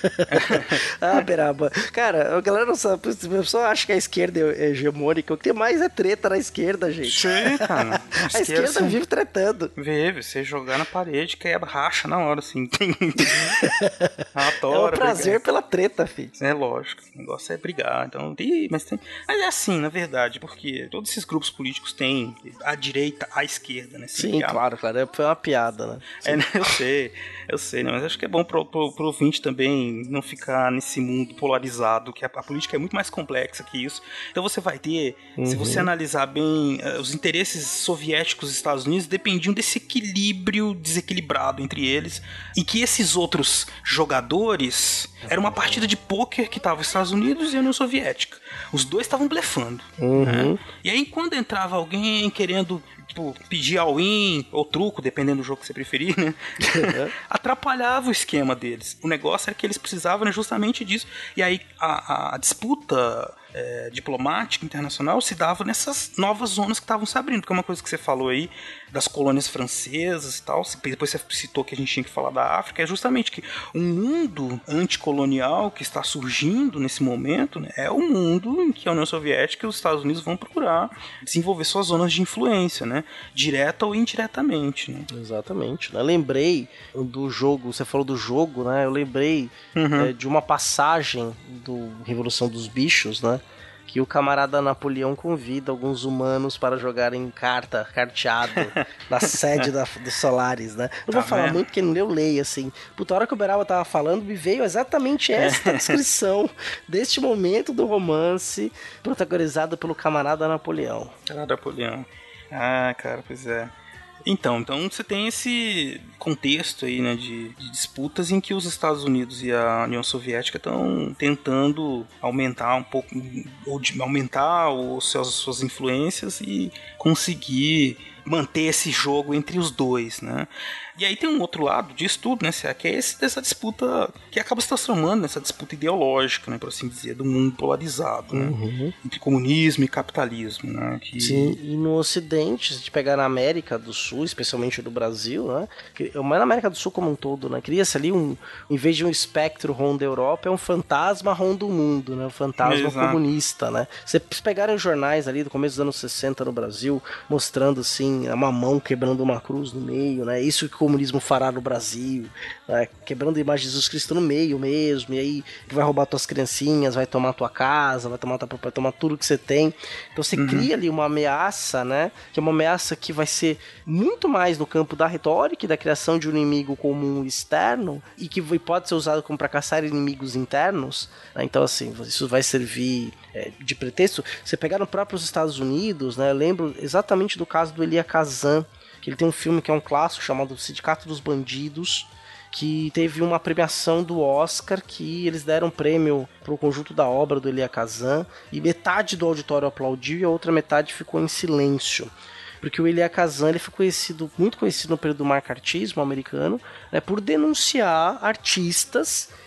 Beraba. Cara, a galera não sabe, a pessoa acha que a esquerda é hegemônica, o que tem mais é treta na esquerda, gente. Sim, cara. A esquerda vive tretando. Vive, você jogar na parede, quebra, racha na hora, assim. É um prazer pela treta, filho. É lógico, o negócio é brigar, então, mas é assim, na verdade, porque todos esses grupos políticos têm a direita, a esquerda, né? Sim, claro, foi uma piada, né? Né, eu sei, né? Mas acho que é bom pro ouvinte também não ficar nesse mundo polarizado, que a política é muito mais complexa que isso. Então você vai ter, se você analisar bem, os interesses soviéticos dos Estados Unidos dependiam desse equilíbrio desequilibrado entre eles, e que esses outros jogadores era uma partida de pôquer que tava os Estados Unidos e a União Soviética. Os dois estavam blefando. Né? E aí quando entrava alguém querendo pedir all-in ou truco, dependendo do jogo que você preferir, né? Atrapalhava o esquema deles. O negócio era que eles precisavam justamente disso. E aí a disputa diplomática internacional se dava nessas novas zonas que estavam se abrindo, porque é uma coisa que você falou aí das colônias francesas e tal, depois você citou que a gente tinha que falar da África, é justamente que um mundo anticolonial que está surgindo nesse momento, né, é o mundo em que a União Soviética e os Estados Unidos vão procurar desenvolver suas zonas de influência, né, direta ou indiretamente, né? Exatamente, né? Lembrei do jogo, você falou do jogo, né? Eu lembrei de uma passagem do Revolução dos Bichos, né? Que o camarada Napoleão convida alguns humanos para jogarem carteado na sede dos Solaris, né? Não vou falar muito, porque não eu leio, assim. Puta, a hora que o Beraba tava falando, me veio exatamente esta descrição deste momento do romance protagonizado pelo camarada Napoleão. Napoleão. Ah, cara, pois é. Então você tem esse contexto aí, né, de disputas em que os Estados Unidos e a União Soviética estão tentando aumentar um pouco, ou aumentar suas influências e conseguir manter esse jogo entre os dois, né? E aí tem um outro lado disso tudo, né, que é dessa disputa que acaba se transformando nessa disputa ideológica, né, por assim dizer, do mundo polarizado, né, entre comunismo e capitalismo, né? Sim, e no Ocidente, se a gente pegar na América do Sul, especialmente no Brasil, né, mas na América do Sul como um todo, né, cria-se ali em vez de um espectro ronda a Europa, é um fantasma ronda o mundo, né, um fantasma comunista, né. Se pegarem os jornais ali do começo dos anos 60 no Brasil, mostrando assim, uma mão quebrando uma cruz no meio, né, isso que o comunismo fará no Brasil, né, quebrando a imagem de Jesus Cristo no meio mesmo, e aí vai roubar tuas criancinhas, vai tomar tua casa, vai tomar tudo que você tem. Então você cria ali uma ameaça, né, que é uma ameaça que vai ser muito mais no campo da retórica e da criação de um inimigo comum externo, e que pode ser usado como para caçar inimigos internos, né? Então assim, isso vai servir de pretexto. Você pegar no próprio Estados Unidos, né, eu lembro exatamente do caso do Elia Kazan, que ele tem um filme que é um clássico chamado Sindicato dos Bandidos, que teve uma premiação do Oscar, que eles deram prêmio para o conjunto da obra do Elia Kazan, e metade do auditório aplaudiu e a outra metade ficou em silêncio. Porque o Elia Kazan, ele foi muito conhecido no período do macartismo americano, né, por denunciar artistas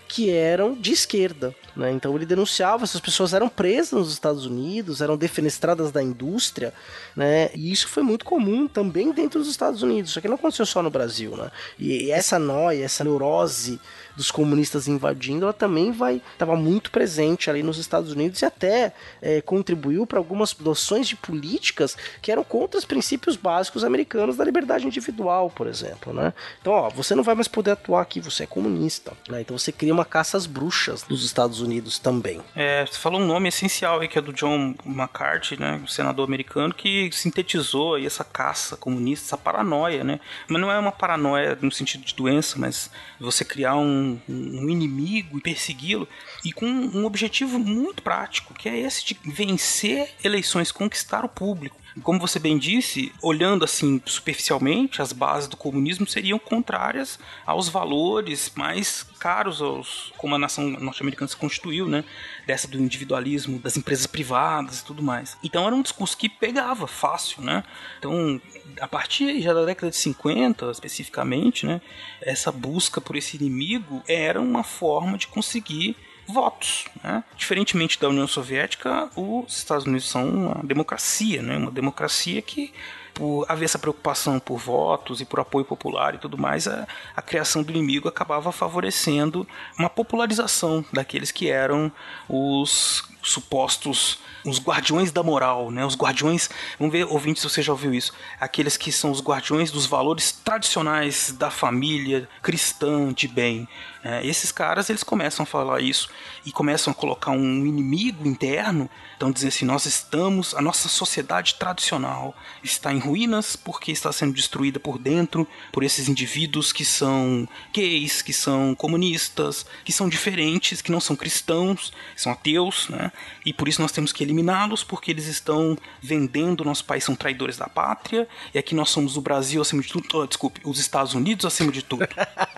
que eram de esquerda, né? Então ele denunciava, essas pessoas eram presas nos Estados Unidos, eram defenestradas da indústria, né? E isso foi muito comum também dentro dos Estados Unidos, só que não aconteceu só no Brasil, né? E essa noia, essa neurose dos comunistas invadindo, ela também estava muito presente ali nos Estados Unidos e até contribuiu para algumas noções de políticas que eram contra os princípios básicos americanos da liberdade individual, por exemplo, né? Então, ó, você não vai mais poder atuar aqui, você é comunista, né? Então você cria uma caça às bruxas dos Estados Unidos também. Você falou um nome essencial aí, que é do John McCarthy, né, o senador americano, que sintetizou aí essa caça comunista, essa paranoia, né? Mas não é uma paranoia no sentido de doença, mas você criar um inimigo e persegui-lo, e com um objetivo muito prático, que é esse de vencer eleições, conquistar o público. Como você bem disse, olhando assim superficialmente, as bases do comunismo seriam contrárias aos valores mais caros como a nação norte-americana se constituiu, né? Dessa do individualismo, das empresas privadas e tudo mais. Então era um discurso que pegava fácil, né? Então, a partir já da década de 50, especificamente, né? Essa busca por esse inimigo era uma forma de conseguir votos, né? Diferentemente da União Soviética, os Estados Unidos são uma democracia, né? Uma democracia que, por haver essa preocupação por votos e por apoio popular e tudo mais, a criação do inimigo acabava favorecendo uma popularização daqueles que eram os supostos, os guardiões da moral, né? Os guardiões, vamos ver, ouvinte, se você já ouviu isso, aqueles que são os guardiões dos valores tradicionais da família cristã de bem. Esses caras, eles começam a falar isso e começam a colocar um inimigo interno. Então dizer assim, a nossa sociedade tradicional está em ruínas porque está sendo destruída por dentro por esses indivíduos que são gays, que são comunistas, que são diferentes, que não são cristãos, que são ateus, né? E por isso nós temos que eliminá-los, porque eles estão vendendo o nosso país, são traidores da pátria, e aqui nós somos o Brasil acima de tudo, os Estados Unidos acima de tudo.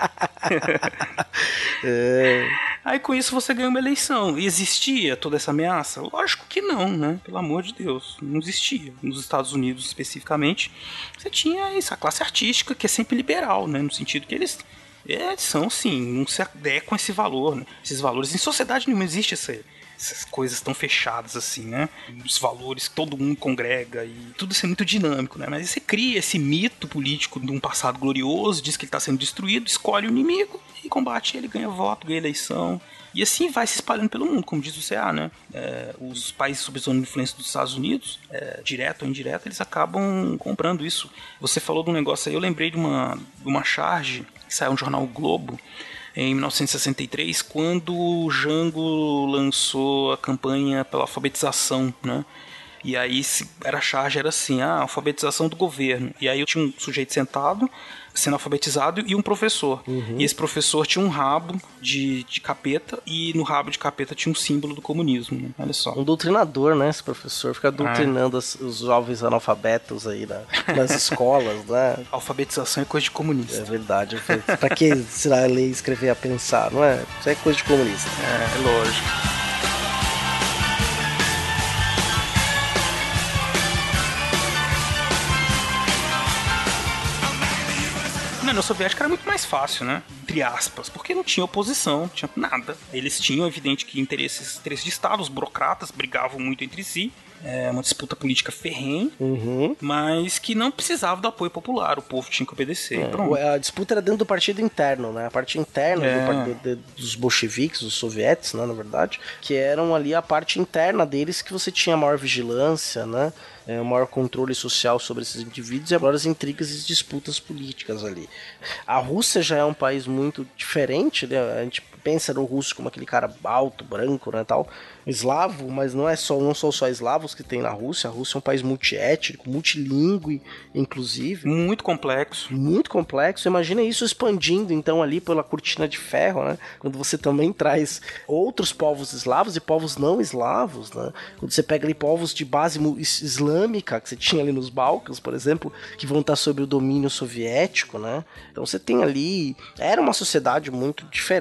Aí com isso você ganha uma eleição. E existia toda essa ameaça? Lógico que não, né? Pelo amor de Deus, não existia. Nos Estados Unidos especificamente, você tinha isso, a classe artística, que é sempre liberal, né? No sentido que eles são, sim, não se adequam a esse valor, né? Esses valores. Em sociedade nenhuma existe essas coisas tão fechadas assim, né? Os valores que todo mundo congrega e tudo isso é muito dinâmico, né? Mas você cria esse mito político de um passado glorioso, diz que ele está sendo destruído, escolhe o inimigo e combate ele, ganha voto, ganha eleição. E assim vai se espalhando pelo mundo, como diz o CA, né? Os países sob zona de influência dos Estados Unidos, direto ou indireto, eles acabam comprando isso. Você falou de um negócio aí, eu lembrei de uma charge que saiu no jornal o Globo, em 1963, quando o Jango lançou a campanha pela alfabetização, né? E aí a charge era assim, a alfabetização do governo. E aí eu tinha um sujeito sentado, sendo alfabetizado, e um professor. Uhum. E esse professor tinha um rabo de capeta, e no rabo de capeta tinha um símbolo do comunismo, né? Olha só. Um doutrinador, né? Esse professor fica doutrinando os jovens analfabetos aí nas escolas, né? Alfabetização é coisa de comunista. É verdade. Pra que será ler e escrever a pensar, não é? Isso é coisa de comunista. É lógico. Na União Soviética era muito mais fácil, né? Entre aspas, porque não tinha oposição, não tinha nada. Eles tinham, evidente, que interesses de Estado, os burocratas brigavam muito entre si. Uma disputa política ferrenha, mas que não precisava do apoio popular, o povo tinha que obedecer. A disputa era dentro do partido interno, né? A parte interna dos bolcheviques, dos sovietes, né, na verdade, que eram ali a parte interna deles que você tinha maior vigilância, né? Maior controle social sobre esses indivíduos e maiores intrigas e disputas políticas ali. A Rússia já é um país muito diferente, né? A gente pensa no russo como aquele cara alto, branco, né, tal, eslavo, mas não são só eslavos que tem na Rússia. A Rússia é um país multiétnico, multilingüe, inclusive. Muito complexo. Muito complexo. Imagina isso expandindo, então, ali pela cortina de ferro, né? Quando você também traz outros povos eslavos e povos não eslavos, né? Quando você pega ali povos de base islâmica, que você tinha ali nos Balcãs, por exemplo, que vão estar sob o domínio soviético, né? Então você tem ali... Era uma sociedade muito diferente,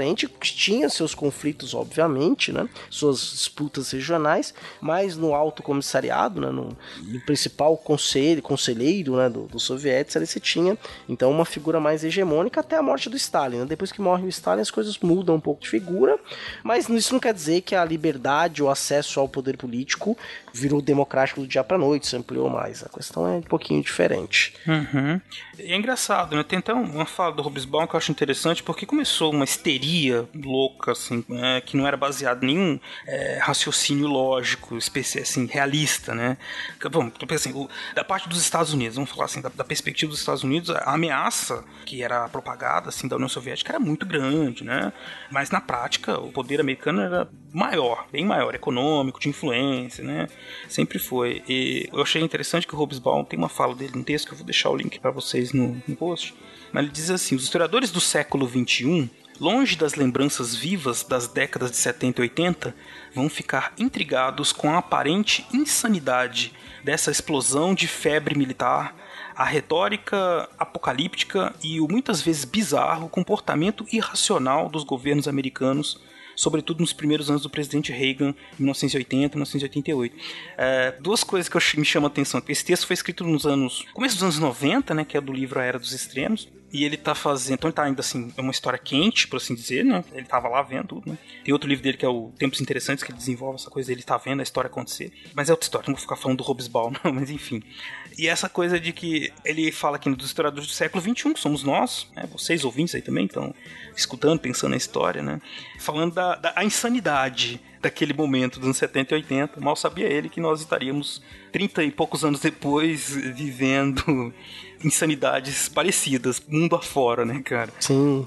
Oriente tinha seus conflitos, obviamente, né? Suas disputas regionais, mas no Alto Comissariado, né? No principal conselheiro, né? Dos soviéticos, ali você tinha, então, uma figura mais hegemônica até a morte do Stalin, né? Depois que morre o Stalin, as coisas mudam um pouco de figura, mas isso não quer dizer que a liberdade, o acesso ao poder político virou democrático do dia pra noite, se ampliou mais. A questão é um pouquinho diferente. E é engraçado, né? Tem até uma fala do Hobsbawm que eu acho interessante, porque começou uma histeria louca, assim, que não era baseada em nenhum raciocínio lógico, assim, realista, né? Vamos, assim, da parte dos Estados Unidos, vamos falar assim, da perspectiva dos Estados Unidos, a ameaça que era propagada, assim, da União Soviética era muito grande, né? Mas na prática, o poder americano era maior, bem maior, econômico, de influência, né? Sempre foi. E eu achei interessante que o Hobsbawm tem uma fala dele no texto, que eu vou deixar o link para vocês no post, mas ele diz assim: os historiadores do século XXI, longe das lembranças vivas das décadas de 70 e 80, vão ficar intrigados com a aparente insanidade dessa explosão de febre militar, a retórica apocalíptica e o muitas vezes bizarro comportamento irracional dos governos americanos, sobretudo nos primeiros anos do presidente Reagan, em 1980 e 1988. Duas coisas que me chamam a atenção. Esse texto foi escrito começo dos anos 90, né, que é do livro A Era dos Extremos, e ele tá fazendo, então ele tá ainda assim, é uma história quente, por assim dizer, né, ele tava lá vendo tudo, né. Tem outro livro dele que é o Tempos Interessantes, que ele desenvolve essa coisa dele tá vendo a história acontecer, mas é outra história, não vou ficar falando do Hobsbawm, não, mas enfim. E essa coisa de que ele fala aqui dos historiadores do século XXI, que somos nós, né, vocês ouvintes aí também, então, escutando, pensando na história, né, falando da insanidade daquele momento dos anos 70 e 80, mal sabia ele que nós estaríamos 30 e poucos anos depois vivendo insanidades parecidas, mundo afora, né, cara? Sim.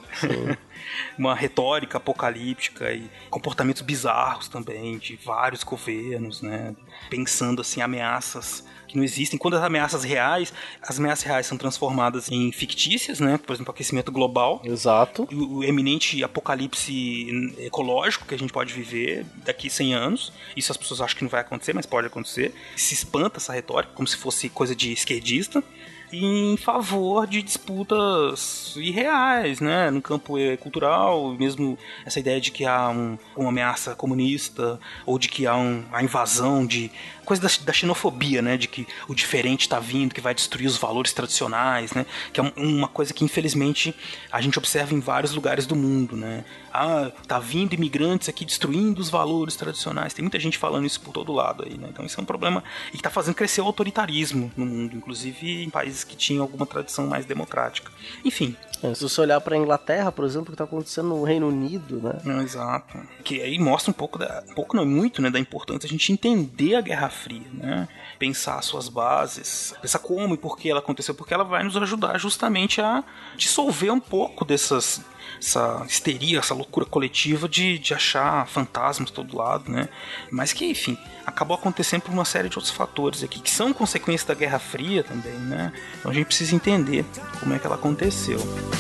Uma retórica apocalíptica e comportamentos bizarros também de vários governos, né, pensando assim ameaças que não existem, quando as ameaças reais são transformadas em fictícias, né, por exemplo, aquecimento global. Exato. O eminente apocalipse ecológico que a gente pode viver daqui 100 anos, isso as pessoas acham que não vai acontecer, mas pode acontecer. Se espanta essa retórica, como se fosse coisa de esquerdista, em favor de disputas irreais, né, no campo cultural, mesmo essa ideia de que há uma ameaça comunista, ou de que há a invasão de coisa da xenofobia, né, de que o diferente está vindo, que vai destruir os valores tradicionais, né, que é uma coisa que infelizmente a gente observa em vários lugares do mundo, né. Tá vindo imigrantes aqui destruindo os valores tradicionais. Tem muita gente falando isso por todo lado aí, né. Então isso é um problema e que tá fazendo crescer o autoritarismo no mundo, inclusive em países que tinham alguma tradição mais democrática. Enfim. Se você olhar para a Inglaterra, por exemplo, o que está acontecendo no Reino Unido, né? Exato. Que aí mostra muito, né, da importância a gente entender a Guerra Fria, né? Pensar suas bases, pensar como e por que ela aconteceu, porque ela vai nos ajudar justamente a dissolver um pouco essa histeria, essa loucura coletiva de achar fantasmas todo lado, né? Mas que, enfim, acabou acontecendo por uma série de outros fatores aqui, que são consequências da Guerra Fria também, né? Então a gente precisa entender como é que ela aconteceu.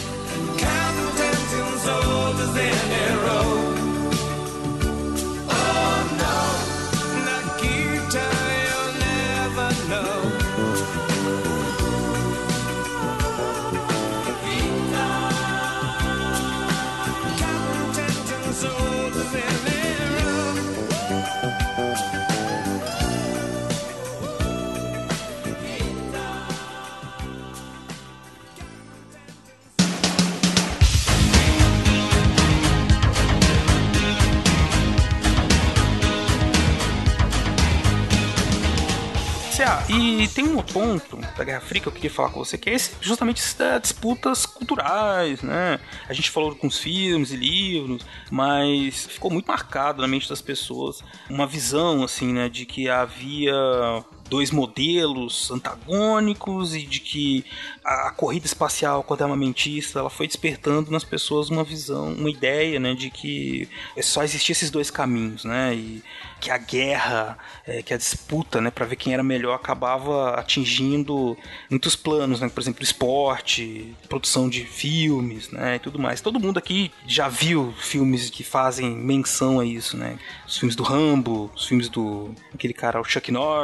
E tem um ponto da Guerra Fria que eu queria falar com você, que é justamente das disputas culturais, né? A gente falou com os filmes e livros, mas ficou muito marcado na mente das pessoas uma visão, assim, né, de que havia dois modelos antagônicos e de que a corrida espacial armamentista, ela foi despertando nas pessoas uma visão, uma ideia, né, de que só existiam esses dois caminhos, né, e que a guerra, que a disputa, né, para ver quem era melhor acabava atingindo muitos planos, né, por exemplo, esporte, produção de filmes, né, e tudo mais. Todo mundo aqui já viu filmes que fazem menção a isso, né, os filmes do Rambo, os filmes do aquele cara, o Chuck Norris.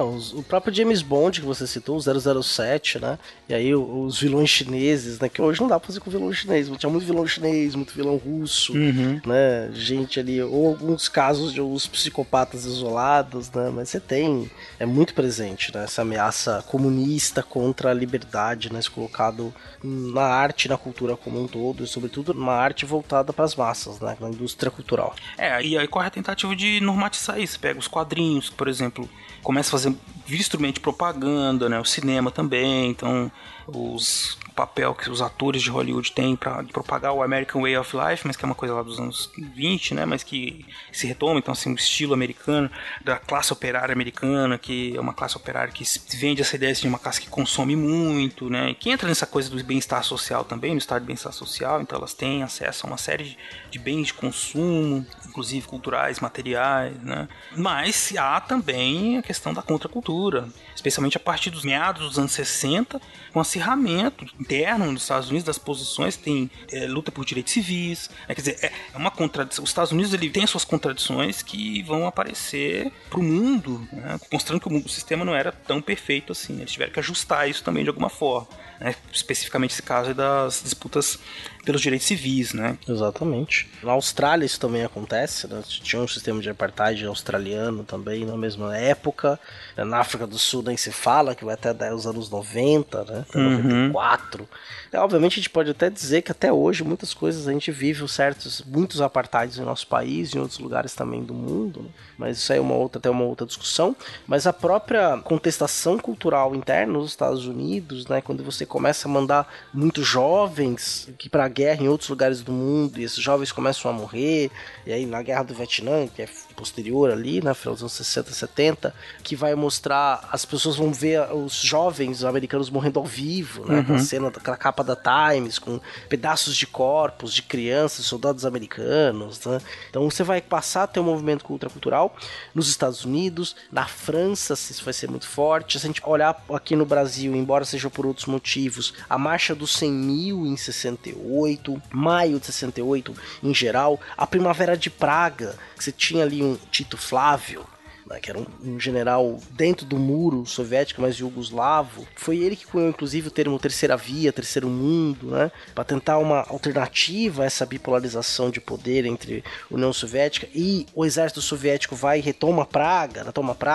o próprio James Bond que você citou, o 007, né? E aí os vilões chineses, né? Que hoje não dá pra fazer com vilão chinês. Tinha muito vilão chinês, muito vilão russo, né? Gente ali, ou alguns casos de alguns psicopatas isolados, né? Mas você tem, é muito presente, né? Essa ameaça comunista contra a liberdade, né? Colocado na arte e na cultura como um todo, e sobretudo numa arte voltada para as massas, né? Na indústria cultural. E aí corre a tentativa de normatizar isso. Pega os quadrinhos, por exemplo, começa a fazer vistoriamente propaganda, né? O cinema também, então o papel que os atores de Hollywood têm para propagar o American Way of Life, mas que é uma coisa lá dos anos 20, né? Mas que se retoma, então assim, o estilo americano, da classe operária americana, que é uma classe operária que vende essa ideia de uma classe que consome muito, né? Que entra nessa coisa do bem-estar social também, no estado de bem-estar social, então elas têm acesso a uma série de bens de consumo, inclusive culturais, materiais, né? Mas há também a questão da contracultura, especialmente a partir dos meados dos anos 60, com acirramento interno nos Estados Unidos das posições, tem luta por direitos civis, quer dizer, é uma contradição. Os Estados Unidos ele tem suas contradições que vão aparecer para o mundo, né? Mostrando que o sistema não era tão perfeito assim. Eles tiveram que ajustar isso também de alguma forma, né? Especificamente esse caso das disputas pelos direitos civis, né? Exatamente. Na Austrália isso também acontece, né? Tinha um sistema de apartheid australiano também na mesma época. Na África do Sul nem se fala, que vai até os anos 90, né? Até 94. Obviamente a gente pode até dizer que até hoje muitas coisas a gente vive muitos apartheids no nosso país e em outros lugares também do mundo, né? Mas isso aí é até uma outra discussão. Mas a própria contestação cultural interna nos Estados Unidos, né? Quando você começa a mandar muitos jovens que para guerra em outros lugares do mundo, e esses jovens começam a morrer, e aí na Guerra do Vietnã, que é posterior ali, né, final dos anos 60, 70, que vai mostrar, as pessoas vão ver os jovens americanos morrendo ao vivo, né, aquela cena, aquela capa da Times, com pedaços de corpos, de crianças, soldados americanos, né? Então você vai passar a ter um movimento contracultural nos Estados Unidos, na França, isso vai ser muito forte. Se a gente olhar aqui no Brasil, embora seja por outros motivos, a Marcha dos 100 mil em 68, maio de 68 em geral, a Primavera de Praga, que você tinha ali um Tito Flávio, né, que era um general dentro do muro soviético, mas jugoslavo. Foi ele que cunhou inclusive o termo terceira via, terceiro mundo, né, para tentar uma alternativa a essa bipolarização de poder entre União Soviética, e o exército soviético vai e retoma Praga,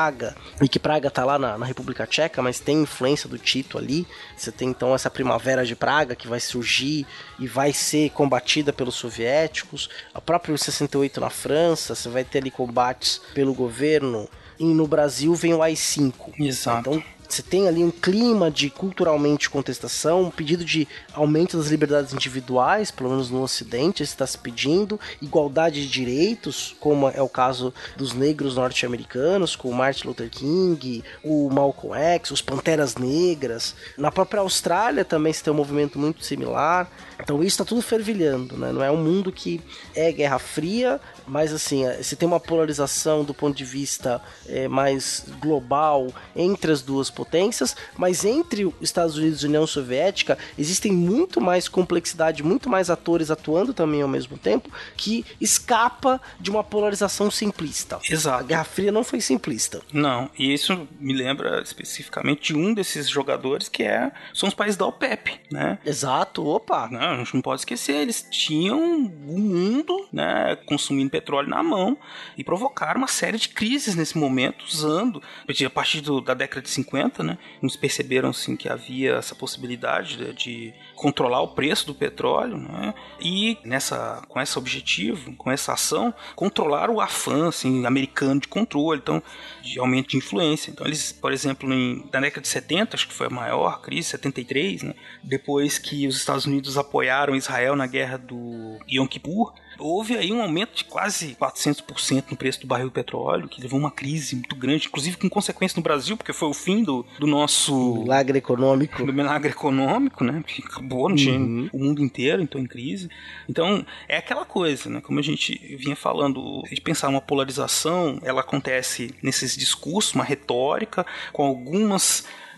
e que Praga tá lá na República Tcheca, mas tem influência do Tito ali. Você tem então essa Primavera de Praga que vai surgir e vai ser combatida pelos soviéticos. A própria 68 na França, você vai ter ali combates pelo governo. E no Brasil vem o AI-5. Exato. Então você tem ali um clima de culturalmente contestação, um pedido de aumento das liberdades individuais, pelo menos no Ocidente, está se pedindo igualdade de direitos, como é o caso dos negros norte-americanos, com o Martin Luther King, o Malcolm X, os Panteras Negras. Na própria Austrália também se tem um movimento muito similar. Então isso está tudo fervilhando, né? Não é um mundo que é Guerra Fria, mas assim, você tem uma polarização do ponto de vista mais global entre as duas potências, mas entre os Estados Unidos e a União Soviética existem muito mais complexidade, muito mais atores atuando também ao mesmo tempo, que escapa de uma polarização simplista. Exato. A Guerra Fria não foi simplista. Não, e isso me lembra especificamente de um desses jogadores que são os países da OPEP, né? Exato, opa! Não, a gente não pode esquecer, eles tinham o mundo, né, consumindo petróleo na mão e provocaram uma série de crises nesse momento, usando, a partir da década de 50, né, eles perceberam assim, que havia essa possibilidade de controlar o preço do petróleo, né, e com esse objetivo, com essa ação, controlar o afã assim, americano de controle, então, de aumento de influência. Então eles, por exemplo, na década de 70, acho que foi a maior crise, 73, né, depois que os Estados Unidos apoiaram Israel na guerra do Yom Kippur, houve aí um aumento de quase 400% no preço do barril de petróleo, que levou uma crise muito grande, inclusive com consequência no Brasil, porque foi o fim do nosso... milagre econômico. Do milagre econômico, né? Que acabou, não tinha o mundo inteiro entrou em crise. Então, é aquela coisa, né? Como a gente vinha falando, a gente pensar uma polarização, ela acontece nesses discursos, uma retórica, com algumas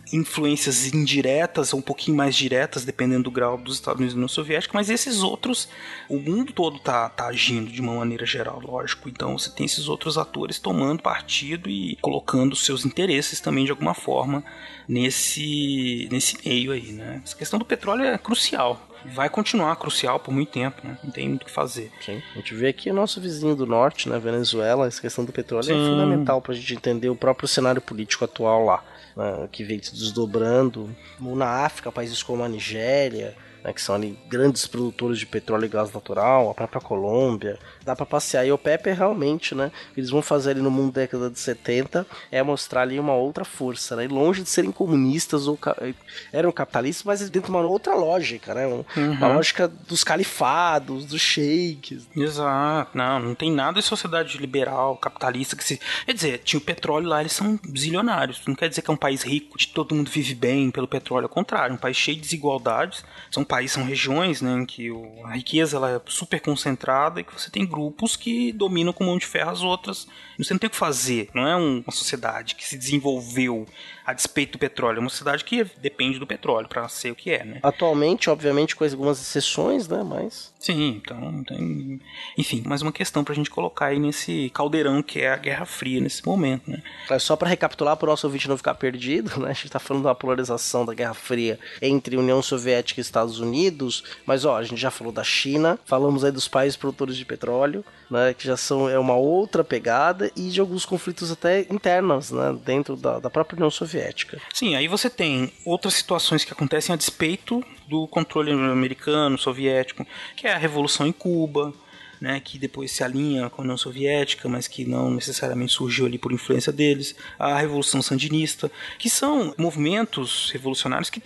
influências indiretas ou um pouquinho mais diretas, dependendo do grau dos Estados Unidos e da União Soviética, mas esses outros, o mundo todo tá agindo de uma maneira geral, lógico. Então você tem esses outros atores tomando partido e colocando seus interesses também de alguma forma nesse meio aí, né? Essa questão do petróleo é crucial. Vai continuar crucial por muito tempo, né? Não tem muito o que fazer. Sim. A gente vê aqui o nosso vizinho do norte, né, Venezuela, essa questão do petróleo é fundamental pra gente entender o próprio cenário político atual lá, né, que vem se desdobrando. Na África, países como a Nigéria, né, que são ali grandes produtores de petróleo e gás natural, a própria Colômbia, dá pra passear. E o Pepper realmente, né, eles vão fazer ali no mundo da década de 70 é mostrar ali uma outra força, né, e longe de serem comunistas ou eram capitalistas, mas dentro de uma outra lógica, né, uma lógica dos califados, dos sheiks. Exato, não tem nada de sociedade liberal, capitalista, que se... Quer dizer, tinha o petróleo lá, eles são zilionários, não quer dizer que é um país rico, de todo mundo vive bem pelo petróleo, ao contrário, um país cheio de desigualdades, são regiões, né, em que a riqueza ela é super concentrada e que você tem grupos que dominam com mão de ferro as outras. Você não tem o que fazer, não é uma sociedade que se desenvolveu a despeito do petróleo, é uma sociedade que depende do petróleo para ser o que é, né? Atualmente, obviamente, com algumas exceções, né, mas... Sim, então tem... Enfim, mais uma questão pra gente colocar aí nesse caldeirão que é a Guerra Fria nesse momento, né? Só para recapitular, para o nosso ouvinte não ficar perdido, né, a gente tá falando da polarização da Guerra Fria entre União Soviética e Estados Unidos, mas a gente já falou da China, falamos aí dos países produtores de petróleo, né, que já é uma outra pegada, e de alguns conflitos até internos, né, dentro da própria União Soviética. Sim, aí você tem outras situações que acontecem a despeito do controle americano, soviético, que é a Revolução em Cuba, né, que depois se alinha com a União Soviética, mas que não necessariamente surgiu ali por influência deles, a Revolução Sandinista, que são movimentos revolucionários que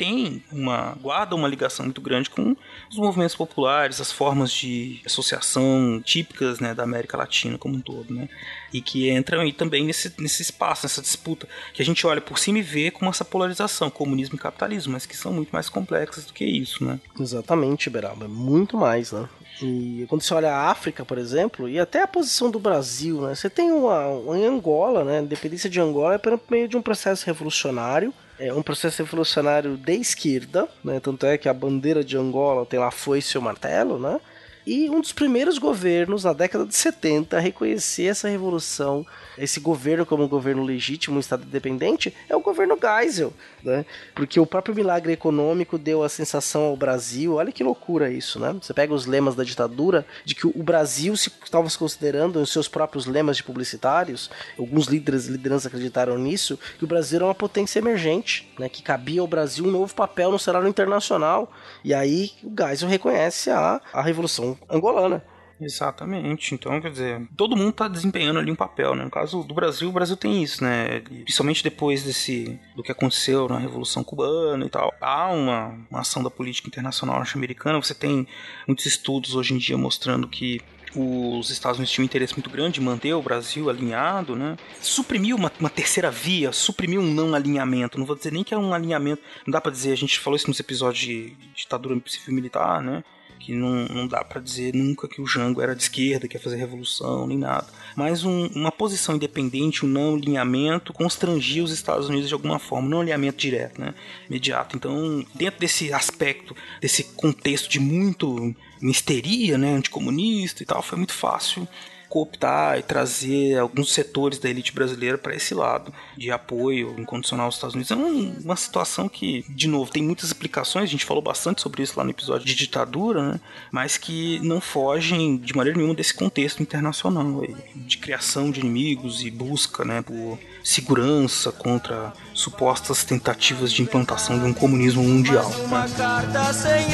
guardam uma ligação muito grande com os movimentos populares, as formas de associação típicas, né, da América Latina como um todo, né, e que entram aí também nesse espaço, nessa disputa, que a gente olha por cima e vê como essa polarização, comunismo e capitalismo, mas que são muito mais complexas do que isso, né? Exatamente, Beraba, é muito mais, né? E quando você olha a África, por exemplo, e até a posição do Brasil, né? Você tem em Angola, né? A independência de Angola é por meio de um processo revolucionário. É um processo revolucionário de esquerda, né? Tanto é que a bandeira de Angola tem lá foice e o martelo, né? E um dos primeiros governos, na década de 70, a reconhecer essa revolução, esse governo como um governo legítimo, um Estado independente, é o governo Geisel, né? Porque o próprio milagre econômico deu a sensação ao Brasil, olha que loucura isso, né? Você pega os lemas da ditadura, de que o Brasil estava se considerando, os seus próprios lemas de publicitários, alguns líderes e lideranças acreditaram nisso, que o Brasil era uma potência emergente, né? Que cabia ao Brasil um novo papel no cenário internacional. E aí o Geisel reconhece a Revolução Angolana. Exatamente, então quer dizer, todo mundo está desempenhando ali um papel, né? No caso do Brasil, o Brasil tem isso, né? Principalmente depois do que aconteceu na Revolução Cubana e tal. Há uma ação da política internacional norte-americana, você tem muitos estudos hoje em dia mostrando que os Estados Unidos tinham um interesse muito grande em manter o Brasil alinhado, né? Suprimiu uma terceira via, suprimiu um não alinhamento, não vou dizer nem que é um alinhamento, não dá pra dizer, a gente falou isso nos episódios de ditadura civil-militar, né? Que não dá pra dizer nunca que o Jango era de esquerda, que ia fazer revolução, nem nada. Mas uma posição independente, um não alinhamento, constrangia os Estados Unidos de alguma forma, não alinhamento direto, né? Imediato. Então, dentro desse aspecto, desse contexto de muito misteria, né, anticomunista e tal, foi muito fácil cooptar e trazer alguns setores da elite brasileira para esse lado de apoio incondicional aos Estados Unidos. É uma situação que, de novo, tem muitas explicações, a gente falou bastante sobre isso lá no episódio de ditadura, né? Mas que não fogem de maneira nenhuma desse contexto internacional aí, de criação de inimigos e busca, né, por segurança contra supostas tentativas de implantação de um comunismo mundial. Uma carta sem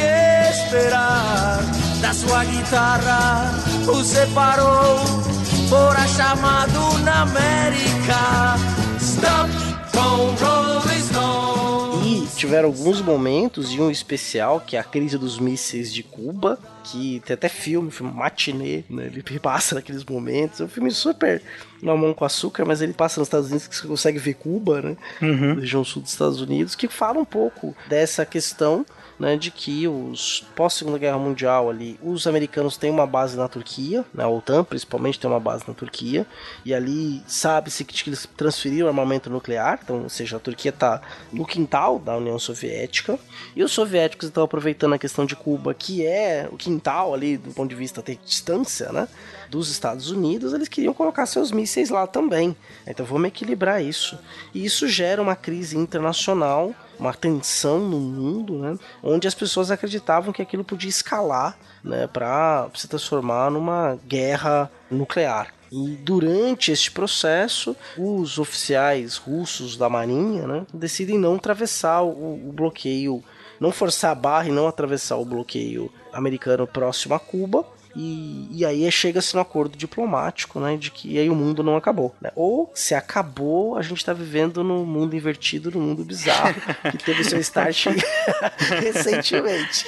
esperar da sua guitarra o separou, fora chamado na América. Stop com Rolling Stone. E tiveram alguns momentos, e um especial, que é a crise dos mísseis de Cuba, que tem até filme Matinê, né? Ele passa naqueles momentos. É um filme super mamão com açúcar, mas ele passa nos Estados Unidos, que você consegue ver Cuba, né? Região sul dos Estados Unidos, que fala um pouco dessa questão, né, de que pós-Segunda Guerra Mundial ali, os americanos têm uma base na Turquia, né, a OTAN principalmente tem uma base na Turquia, e ali sabe-se que eles transferiram armamento nuclear, então, ou seja, a Turquia está no quintal da União Soviética, e os soviéticos estão aproveitando a questão de Cuba, que é o quintal ali, do ponto de vista de distância, né, dos Estados Unidos, eles queriam colocar seus mísseis lá também. Então vamos equilibrar isso. E isso gera uma crise internacional, uma tensão no mundo, né, onde as pessoas acreditavam que aquilo podia escalar, né, para se transformar numa guerra nuclear. E durante este processo, os oficiais russos da Marinha, né, decidem não atravessar o bloqueio, não forçar a barra e não atravessar o bloqueio americano próximo a Cuba. E aí chega-se no acordo diplomático, né, de que aí o mundo não acabou, né? Ou se acabou, a gente está vivendo no mundo invertido, no mundo bizarro, que teve seu start recentemente.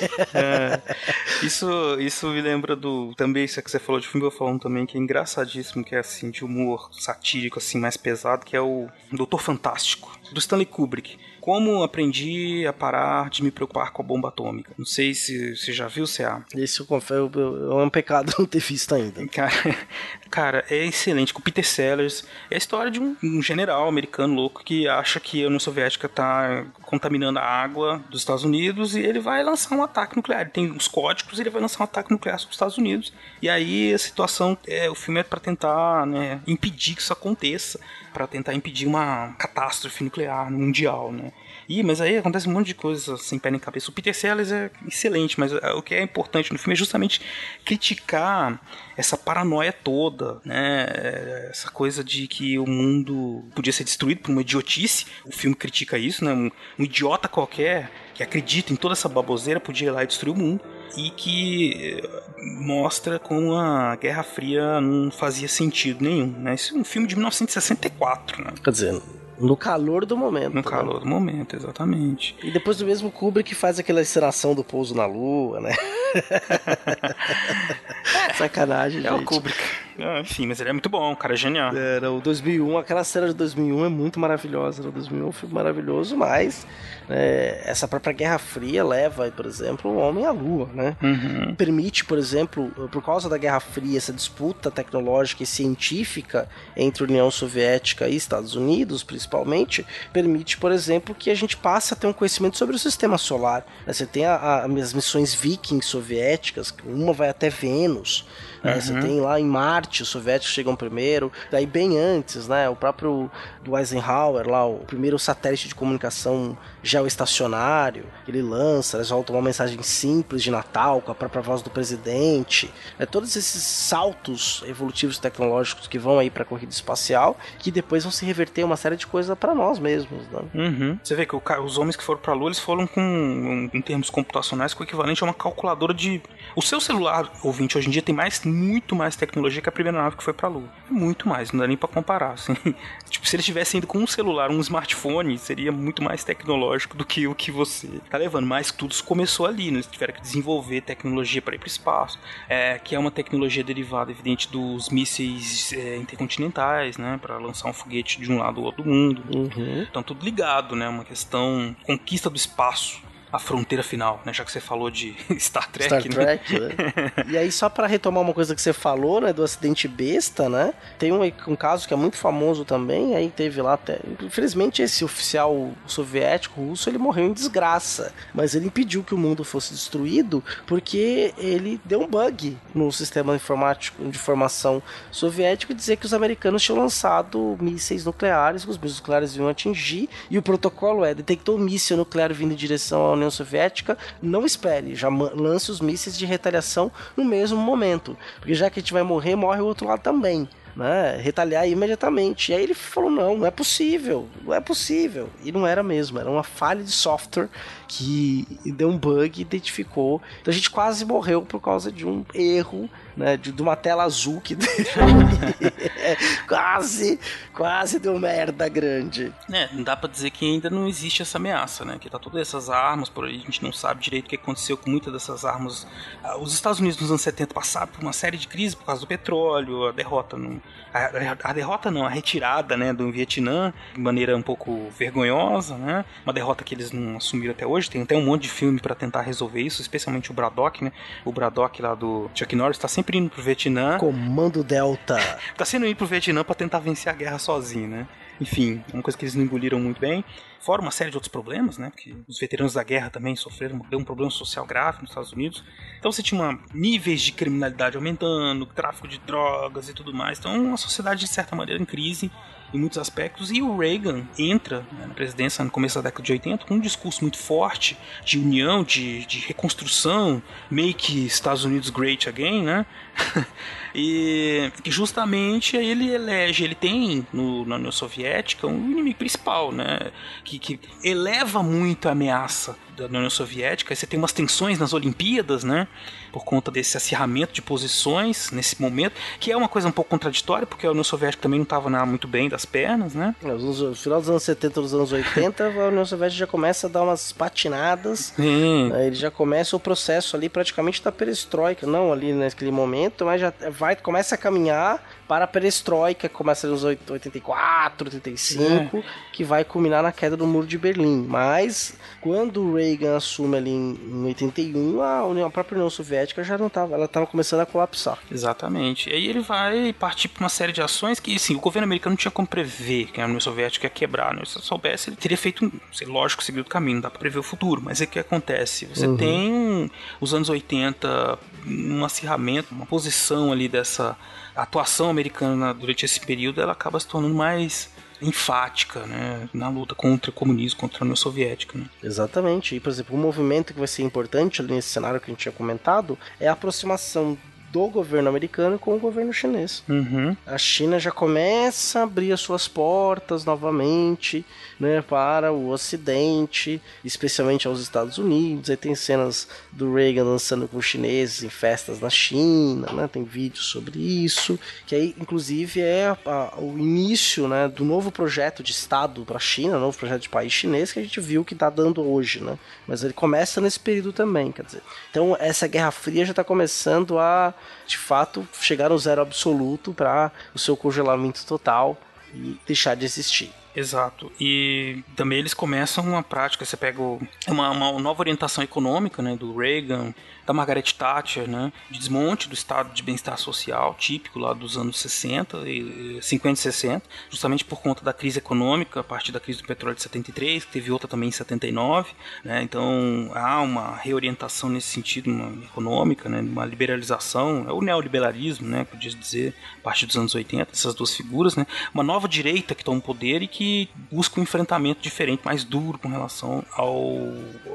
Isso me lembra também isso que você falou de filme, eu falando também, que é engraçadíssimo, que é assim, de humor satírico, assim, mais pesado, que é o Doutor Fantástico, do Stanley Kubrick. Como aprendi a parar de me preocupar com a bomba atômica. Não sei se você já viu, C.A. Esse eu confesso, é um pecado não ter visto ainda. Cara, é excelente. Com o Peter Sellers, é a história de um general americano louco que acha que a União Soviética está contaminando a água dos Estados Unidos e ele vai lançar um ataque nuclear. Ele tem os códigos e ele vai lançar um ataque nuclear sobre os Estados Unidos. E aí a situação, o filme é para tentar, né, impedir que isso aconteça, para tentar impedir uma catástrofe nuclear mundial, né? Mas aí acontece um monte de coisa sem pé nem cabeça. O Peter Sellers é excelente, mas o que é importante no filme é justamente criticar essa paranoia toda, né? Essa coisa de que o mundo podia ser destruído por uma idiotice. O filme critica isso, né? Um idiota qualquer que acredita em toda essa baboseira podia ir lá e destruir o mundo. E que mostra como a Guerra Fria não fazia sentido nenhum, né? Isso é um filme de 1964, né? Quer dizer, no calor do momento. No calor do momento, exatamente. E depois do mesmo Kubrick faz aquela encenação do pouso na Lua, né? Sacanagem, gente. É o Kubrick. Enfim, mas ele é muito bom, o cara é genial. O 2001, aquela cena de 2001 é muito maravilhosa. O 2001 é um filme maravilhoso, mas essa própria Guerra Fria leva, por exemplo, o homem à Lua, né? Permite, por exemplo, por causa da Guerra Fria, essa disputa tecnológica e científica entre União Soviética e Estados Unidos, principalmente, permite, por exemplo, que a gente passe a ter um conhecimento sobre o sistema solar. Você tem as missões Viking soviéticas, uma vai até Vênus. Você tem lá em Marte, os soviéticos chegam primeiro, daí bem antes, né, o próprio do Eisenhower, lá, o primeiro satélite de comunicação geoestacionário, ele lança, eles voltam uma mensagem simples de Natal com a própria voz do presidente, todos esses saltos evolutivos tecnológicos que vão aí para a corrida espacial, que depois vão se reverter uma série de coisas para nós mesmos, né? Você vê que os homens que foram para a Lua, eles foram com, em termos computacionais, com o equivalente a uma calculadora de... O seu celular, ouvinte, hoje em dia tem muito mais tecnologia que a primeira nave que foi pra Lua. Muito mais, não dá nem pra comparar, assim. Tipo, se eles tivessem ido com um celular, um smartphone, seria muito mais tecnológico do que o que você tá levando. Mas tudo começou ali, né? Eles tiveram que desenvolver tecnologia para ir pro espaço, que é uma tecnologia derivada, evidente, dos mísseis intercontinentais, né? Pra lançar um foguete de um lado ao outro do mundo. Então tudo ligado, né? Uma questão conquista do espaço. A fronteira final, né? Já que você falou de Star Trek, né? E aí, só pra retomar uma coisa que você falou, né? Do acidente besta, né? Tem um caso que é muito famoso também, aí teve lá até... Infelizmente, esse oficial soviético, russo, ele morreu em desgraça. Mas ele impediu que o mundo fosse destruído porque ele deu um bug no sistema informático de informação soviético e dizer que os americanos tinham lançado mísseis nucleares, que os mísseis nucleares iam atingir, e o protocolo detectou um míssil nuclear vindo em direção à União Soviética, não espere, já lance os mísseis de retaliação no mesmo momento, porque já que a gente vai morrer, morre o outro lado também, né? Retaliar imediatamente. E aí ele falou, não é possível, e não era mesmo, era uma falha de software que deu um bug e identificou. Então a gente quase morreu por causa de um erro, né, de uma tela azul que quase deu merda grande. Não dá pra dizer que ainda não existe essa ameaça, né? Que tá todas essas armas por aí, a gente não sabe direito o que aconteceu com muitas dessas armas. Os Estados Unidos nos anos 70 passaram por uma série de crises por causa do petróleo, a derrota a retirada, né, do Vietnã de maneira um pouco vergonhosa, né? Uma derrota que eles não assumiram até hoje. Tem até um monte de filme pra tentar resolver isso, especialmente o Braddock, né? O Braddock lá do Chuck Norris tá sempre indo pro Vietnã. Comando Delta. Tá sendo indo pro Vietnã pra tentar vencer a guerra sozinho, né? Enfim, uma coisa que eles não engoliram muito bem. Fora uma série de outros problemas, né? Porque os veteranos da guerra também sofreram, deu um problema social grave nos Estados Unidos. Então você tinha níveis de criminalidade aumentando, tráfico de drogas e tudo mais. Então uma sociedade, de certa maneira, em crise em muitos aspectos. E o Reagan entra, né, na presidência no começo da década de 80 com um discurso muito forte de união, de reconstrução, make Estados Unidos great again, né? E justamente ele tem na União Soviética um inimigo principal, né? Que eleva muito a ameaça da União Soviética. Aí você tem umas tensões nas Olimpíadas, né? Por conta desse acirramento de posições nesse momento, que é uma coisa um pouco contraditória, porque a União Soviética também não estava muito bem das pernas, né? No final dos anos 70, dos anos 80, a União Soviética já começa a dar umas patinadas. Ele já começa o processo ali praticamente da perestroika, não ali naquele momento, mas já começa a caminhar para a perestroika, que começa nos 84, 85, que vai culminar na queda do Muro de Berlim. Mas quando o Reagan assume ali em 81, a própria União Soviética já não estava, ela estava começando a colapsar. Exatamente. E aí ele vai partir para uma série de ações que, assim, o governo americano não tinha como prever que a União Soviética ia quebrar, né? Se ele soubesse, ele teria feito, lógico, seguido o caminho, não dá para prever o futuro, mas é que acontece. Você tem os anos 80, um acirramento, uma posição ali dessa atuação americana durante esse período, ela acaba se tornando mais enfática, né, na luta contra o comunismo, contra a União Soviética, né? Exatamente. E, por exemplo, um movimento que vai ser importante ali nesse cenário que a gente tinha comentado é a aproximação do governo americano com o governo chinês. A China já começa a abrir as suas portas novamente, né, para o Ocidente, especialmente aos Estados Unidos. Aí tem cenas do Reagan dançando com chineses em festas na China, né, tem vídeos sobre isso, que aí inclusive é o início, né, do novo projeto de Estado para a China, novo projeto de país chinês que a gente viu que está dando hoje, né? Mas ele começa nesse período também, quer dizer. Então essa Guerra Fria já está começando a, de fato, chegar ao zero absoluto para o seu congelamento total e deixar de existir. Exato. E também eles começam uma prática, você pega uma nova orientação econômica, né, do Reagan, da Margaret Thatcher, né, de desmonte do estado de bem-estar social, típico lá dos anos 50 e 50 e 60, justamente por conta da crise econômica, a partir da crise do petróleo de 73, que teve outra também em 79, né, então há uma reorientação nesse sentido, uma econômica, né, uma liberalização, é o neoliberalismo, né, podia dizer, a partir dos anos 80, essas duas figuras, né, uma nova direita que toma o poder e que busca um enfrentamento diferente, mais duro com relação aos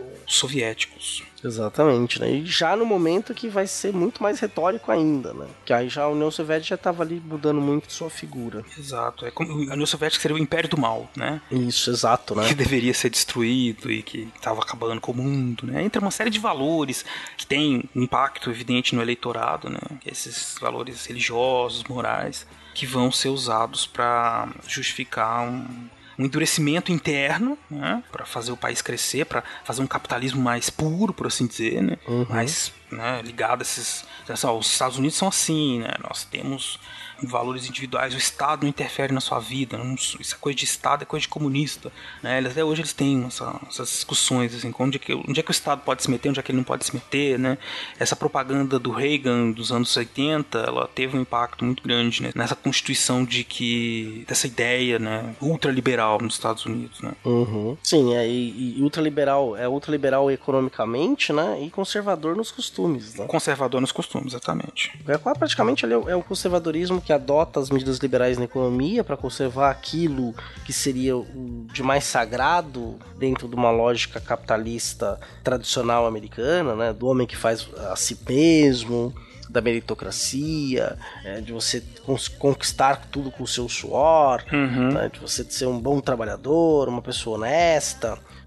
soviéticos. Exatamente, né? E já no momento que vai ser muito mais retórico ainda, né? Que aí já a União Soviética já estava ali mudando muito sua figura. Exato, é como a União Soviética seria o Império do Mal, né? Isso, exato, né? Que deveria ser destruído e que estava acabando com o mundo, né? Entre uma série de valores que tem um impacto evidente no eleitorado, né? Esses valores religiosos, morais, que vão ser usados para justificar um endurecimento interno, né, para fazer o país crescer, para fazer um capitalismo mais puro, por assim dizer, né, mais, né, ligado a esses... Os Estados Unidos são assim, né, nós temos valores individuais, o Estado não interfere na sua vida, isso é coisa de Estado, é coisa de comunista, né? Até hoje eles têm essas discussões, assim, onde é que o Estado pode se meter, onde é que ele não pode se meter, né? Essa propaganda do Reagan dos anos 80, ela teve um impacto muito grande, né, nessa constituição dessa ideia, né, ultraliberal nos Estados Unidos, né? Sim, e ultraliberal economicamente, né, e conservador nos costumes, né? Conservador nos costumes, exatamente. Praticamente ele é o conservadorismo que adota as medidas liberais na economia para conservar aquilo que seria o de mais sagrado dentro de uma lógica capitalista tradicional americana, né, do homem que faz a si mesmo, da meritocracia, de você conquistar tudo com o seu suor, né, de você ser um bom trabalhador, uma pessoa honesta,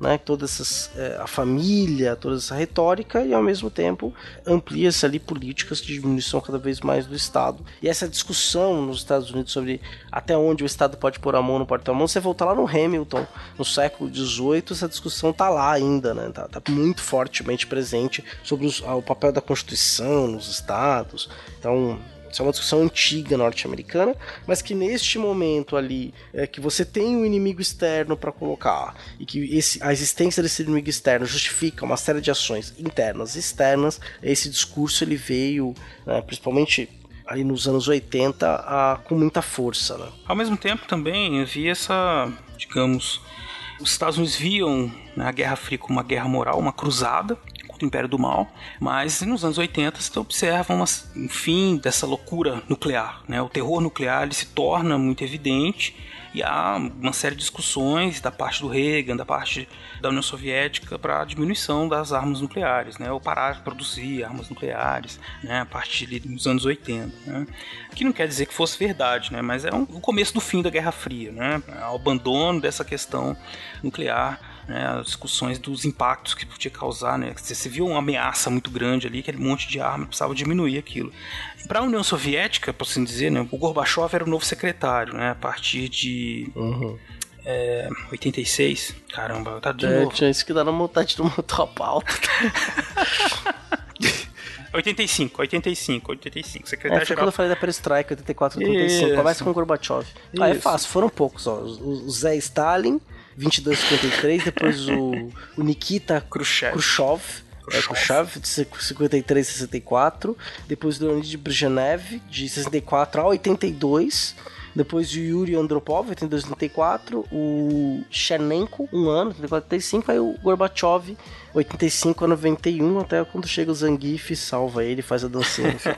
né, a família, toda essa retórica, e ao mesmo tempo amplia-se ali políticas de diminuição cada vez mais do Estado. E essa discussão nos Estados Unidos sobre até onde o Estado pode pôr a mão, não pode pôr a mão, você voltar lá no Hamilton, no século XVIII, essa discussão tá lá ainda, né, tá muito fortemente presente sobre o papel da Constituição nos Estados. Então, isso é uma discussão antiga norte-americana, mas que neste momento ali, que você tem um inimigo externo para colocar, e que a existência desse inimigo externo justifica uma série de ações internas e externas, esse discurso ele veio, né, principalmente ali nos anos 80, com muita força. Né? Ao mesmo tempo também havia essa, digamos, os Estados Unidos viam, né, a Guerra Fria como uma guerra moral, uma cruzada contra o Império do Mal, mas nos anos 80 você observa um fim dessa loucura nuclear, né? O terror nuclear ele se torna muito evidente e há uma série de discussões da parte do Reagan, da parte da União Soviética para a diminuição das armas nucleares, né? Ou parar de produzir armas nucleares, né? A partir dos anos 80, né? Que não quer dizer que fosse verdade, né? Mas é o começo do fim da Guerra Fria, né? O abandono dessa questão nuclear, né, as discussões dos impactos que podia causar, né? Você viu uma ameaça muito grande ali, aquele monte de arma, precisava diminuir aquilo. Para a União Soviética, por assim dizer, né, o Gorbachev era o novo secretário, né, a partir de 86. Caramba, tá de novo. Tinha isso que dá na vontade de montar a pauta. 85. Secretário-geral. Quando eu falei da Perestroika, 84, 85. Isso. Começa com o Gorbachev. É fácil, foram poucos, ó. O Zé Stalin, 22-53, depois o Nikita Khrushchev, de 53 a 64, depois o Leonid Brezhnev, de 64 a 82, depois o Yuri Andropov, 82 a 84, o Chernenko, 1 ano, 84 a 85, aí o Gorbachev, 85 a 91, até quando chega o Zangief e salva ele, faz a dancinha no final.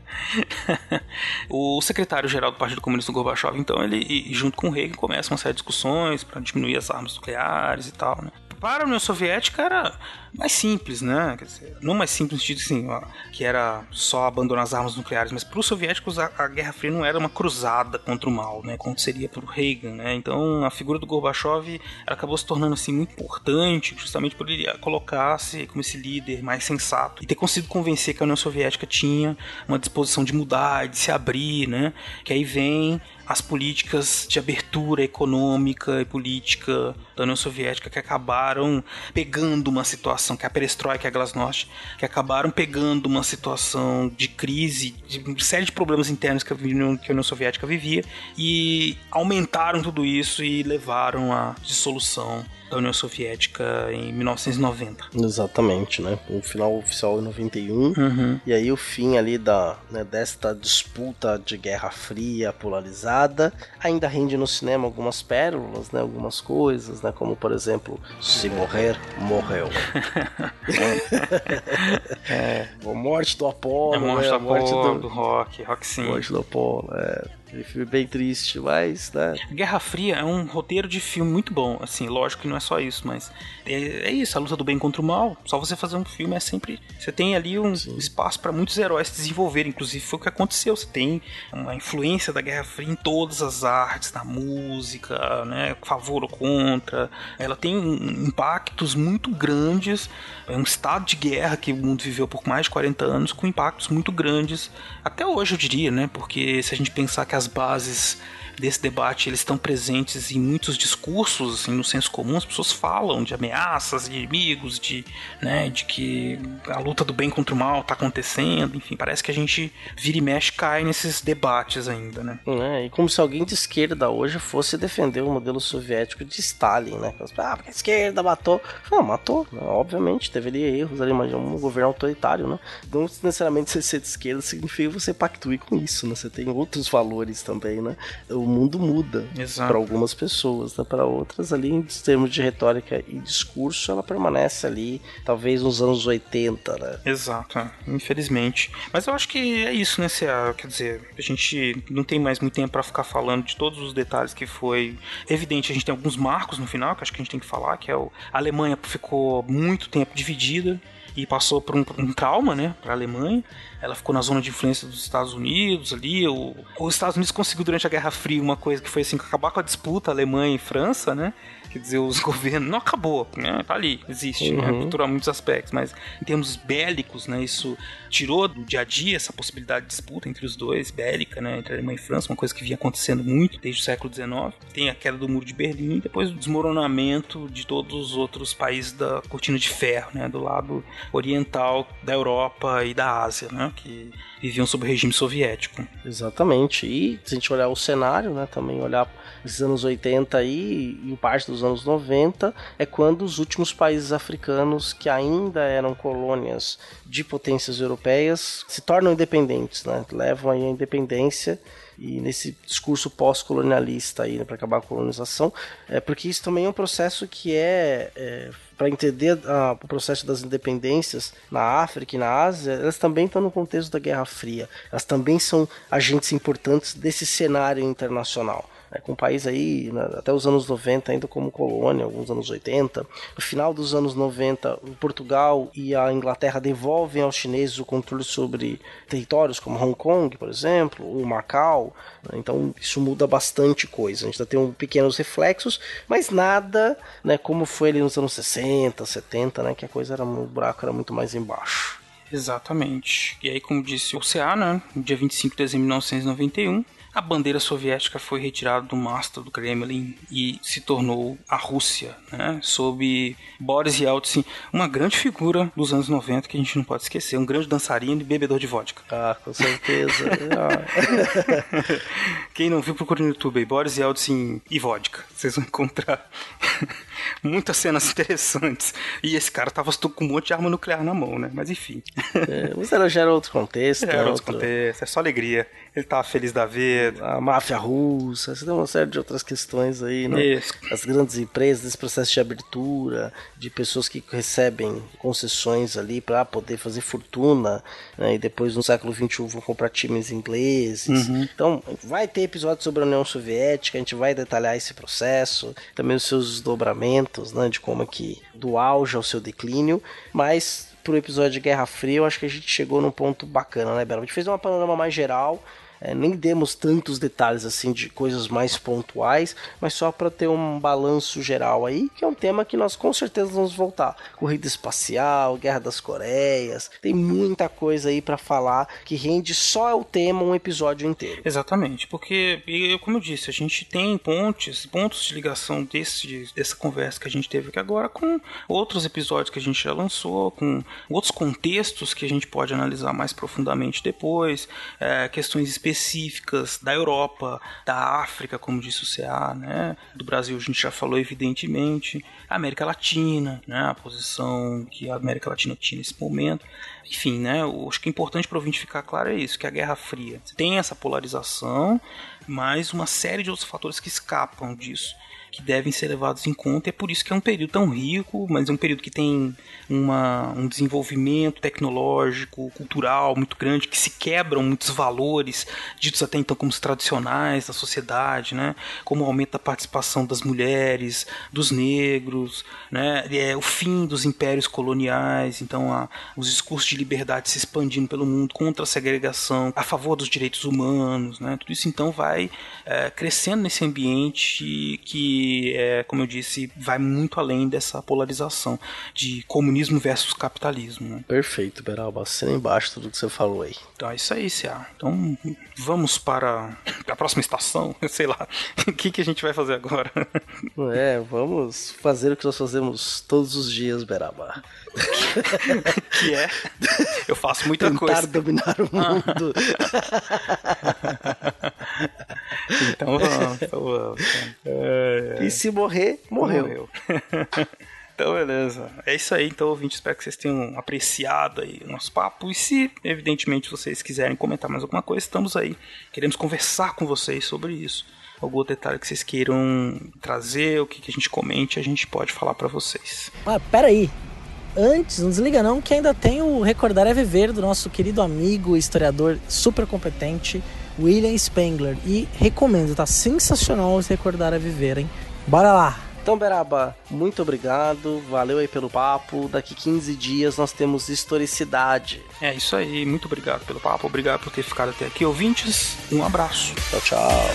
O secretário-geral do Partido Comunista Gorbachev, então, ele junto com o Reagan começa uma série de discussões para diminuir as armas nucleares e tal, né? Para a União Soviética era mais simples, né? Quer dizer, não mais simples no sentido assim, ó, que era só abandonar as armas nucleares, mas para os soviéticos a Guerra Fria não era uma cruzada contra o mal, né? Como seria para o Reagan, né? Então a figura do Gorbachev ela acabou se tornando assim muito importante, justamente por ele colocar-se como esse líder mais sensato e ter conseguido convencer que a União Soviética tinha uma disposição de mudar, de se abrir, né? Que aí vem as políticas de abertura econômica e política da União Soviética que acabaram pegando uma situação, que é a perestroika e a glasnost, que acabaram pegando uma situação de crise, de uma série de problemas internos que a União Soviética vivia e aumentaram tudo isso e levaram à dissolução da União Soviética em 1990. Exatamente, né? O final oficial em 91, e aí o fim ali desta disputa de Guerra Fria polarizada, ainda rende no cinema algumas pérolas, né? Algumas coisas, né? Como, por exemplo, se morrer, morreu. A morte do Apollo, a morte do Rock sim. A morte do Apollo, Aquele filme bem triste, mas, né? Guerra Fria é um roteiro de filme muito bom, assim, lógico que não é só isso, mas é isso, a luta do bem contra o mal. Só você fazer um filme é sempre... Você tem ali um espaço para muitos heróis se desenvolverem, inclusive foi o que aconteceu. Você tem uma influência da Guerra Fria em todas as artes, na música, né, favor ou contra. Ela tem impactos muito grandes, é um estado de guerra que o mundo viveu por mais de 40 anos, com impactos muito grandes, até hoje eu diria, né, porque se a gente pensar que as bases desse debate eles estão presentes em muitos discursos, assim, no senso comum, as pessoas falam de ameaças, de inimigos, de que a luta do bem contra o mal está acontecendo, enfim, parece que a gente vira e mexe cai nesses debates ainda, né? E como se alguém de esquerda hoje fosse defender o modelo soviético de Stalin, né? Porque a esquerda matou. Não, matou, né? Obviamente, teve ali erros ali, mas é um governo autoritário, né? Não necessariamente você ser de esquerda significa você pactue com isso, né? Você tem outros valores também, né? O mundo muda para algumas pessoas, né? Para outras ali, em termos de retórica e discurso, ela permanece ali, talvez nos anos 80, né? Exato, infelizmente. Mas eu acho que é isso, né, C.A.? Quer dizer, a gente não tem mais muito tempo para ficar falando de todos os detalhes que foi evidente. A gente tem alguns marcos no final, que acho que a gente tem que falar, que é a Alemanha ficou muito tempo dividida e passou por um trauma, né, para a Alemanha. ela ficou na zona de influência dos Estados Unidos ali. Os Estados Unidos conseguiu durante a Guerra Fria uma coisa que foi assim, acabar com a disputa Alemanha e França, né? Quer dizer, os governos... Não acabou, né? Tá ali, existe, né? Cultural em muitos aspectos, mas em termos bélicos, né? Isso tirou do dia a dia essa possibilidade de disputa entre os dois, bélica, né? Entre a Alemanha e França, uma coisa que vinha acontecendo muito desde o século XIX. Tem a queda do Muro de Berlim e depois o desmoronamento de todos os outros países da Cortina de Ferro, né? Do lado oriental da Europa e da Ásia, né? Que viviam sob o regime soviético. Exatamente. E se a gente olhar o cenário, né? Também olhar esses anos 80 aí e parte dos anos 90 é quando os últimos países africanos que ainda eram colônias de potências europeias se tornam independentes, né? Levam aí a independência. E nesse discurso pós-colonialista aí, né, para acabar a colonização, porque isso também é um processo que para entender o processo das independências na África e na Ásia, elas também estão no contexto da Guerra Fria. Elas também são agentes importantes desse cenário internacional. Com o país aí, até os anos 90 ainda como colônia, alguns anos 80. No final dos anos 90, o Portugal e a Inglaterra devolvem aos chineses o controle sobre territórios como Hong Kong, por exemplo, ou Macau. Então isso muda bastante coisa. A gente ainda tem pequenos reflexos, mas nada, né, como foi ali nos anos 60, 70, né, que a coisa o buraco era muito mais embaixo. Exatamente. E aí, como disse o CA, né, no dia 25 de dezembro de 1991, a bandeira soviética foi retirada do mastro do Kremlin e se tornou a Rússia, né? Sob Boris Yeltsin, uma grande figura dos anos 90 que a gente não pode esquecer, um grande dançarino e bebedor de vodka. Ah, com certeza. Quem não viu, procura no YouTube aí, Boris Yeltsin e vodka. Vocês vão encontrar muitas cenas interessantes. E esse cara tava com um monte de arma nuclear na mão, né? Mas enfim. Mas já era outro contexto. Era outro contexto, é só alegria. Ele tava feliz da vida. A máfia russa, você tem uma série de outras questões aí, né? Isso. As grandes empresas, esse processo de abertura, de pessoas que recebem concessões ali para poder fazer fortuna, né? E depois no século XXI vão comprar times ingleses. Então, vai ter episódio sobre a União Soviética, a gente vai detalhar esse processo, também os seus desdobramentos, né? De como é que do auge ao seu declínio, mas pro episódio de Guerra Fria eu acho que a gente chegou num ponto bacana, né, Bela? A gente fez uma panorama mais geral, nem demos tantos detalhes assim de coisas mais pontuais, mas só para ter um balanço geral aí, que é um tema que nós com certeza vamos voltar. Corrida espacial, Guerra das Coreias, tem muita coisa aí para falar que rende só o tema um episódio inteiro. Exatamente, porque, como eu disse, a gente tem pontos de ligação dessa conversa que a gente teve aqui agora com outros episódios que a gente já lançou, com outros contextos que a gente pode analisar mais profundamente depois, questões específicas da Europa, da África, como disse o CA, né? Do Brasil a gente já falou evidentemente, a América Latina, né? A posição que a América Latina tinha nesse momento. Enfim, né? Eu acho que é importante para o ouvinte ficar claro é isso, que a Guerra Fria tem essa polarização, mas uma série de outros fatores que escapam disso, que devem ser levados em conta. É por isso que é um período tão rico, mas é um período que tem um desenvolvimento tecnológico, cultural muito grande, que se quebram muitos valores ditos até então como os tradicionais da sociedade, né? Como o aumento da participação das mulheres, dos negros, né? O fim dos impérios coloniais, então os discursos de liberdade se expandindo pelo mundo contra a segregação, a favor dos direitos humanos, né? Tudo isso então vai crescendo nesse ambiente que, como eu disse, vai muito além dessa polarização de comunismo versus capitalismo, né? Perfeito, Beralba, assina embaixo tudo que você falou aí. Então é isso aí, C.A. Então vamos para a próxima estação, sei lá, o que a gente vai fazer agora? Vamos fazer o que nós fazemos todos os dias, Beraba. Que é? Eu faço muita tentar coisa. Tentar dominar o mundo. Então vamos. E se morrer, morreu. Então, beleza. É isso aí, então, ouvinte. Espero que vocês tenham apreciado aí o nosso papo. E se, evidentemente, vocês quiserem comentar mais alguma coisa, estamos aí. Queremos conversar com vocês sobre isso. Algum outro detalhe que vocês queiram trazer, o que a gente comente, a gente pode falar pra vocês. Pera aí. Antes, não desliga não, que ainda tem o Recordar é Viver do nosso querido amigo, historiador super competente, William Spengler. E recomendo, tá sensacional esse Recordar é Viver, hein? Bora lá! Então, Beraba, muito obrigado, valeu aí pelo papo. Daqui 15 dias nós temos historicidade. É isso aí, muito obrigado pelo papo, obrigado por ter ficado até aqui, ouvintes. Um abraço. Tchau, tchau.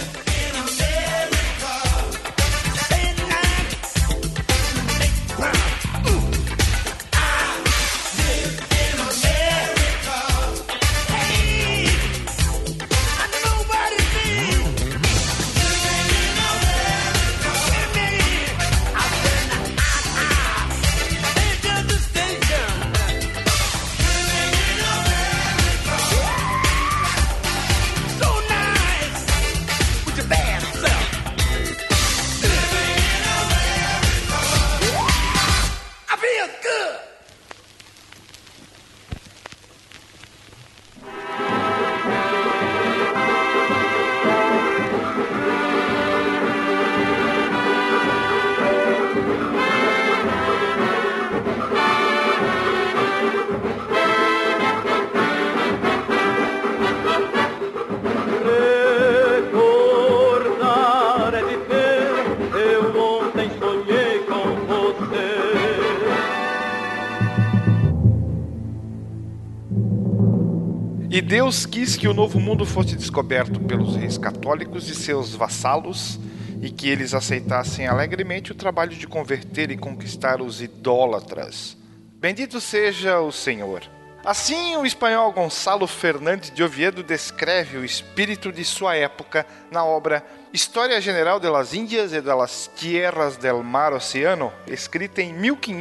E Deus quis que o novo mundo fosse descoberto pelos reis católicos e seus vassalos, e que eles aceitassem alegremente o trabalho de converter e conquistar os idólatras. Bendito seja o Senhor. Assim, o espanhol Gonçalo Fernández de Oviedo descreve o espírito de sua época na obra História General de las Índias e de las Tierras del Mar Oceano, escrita em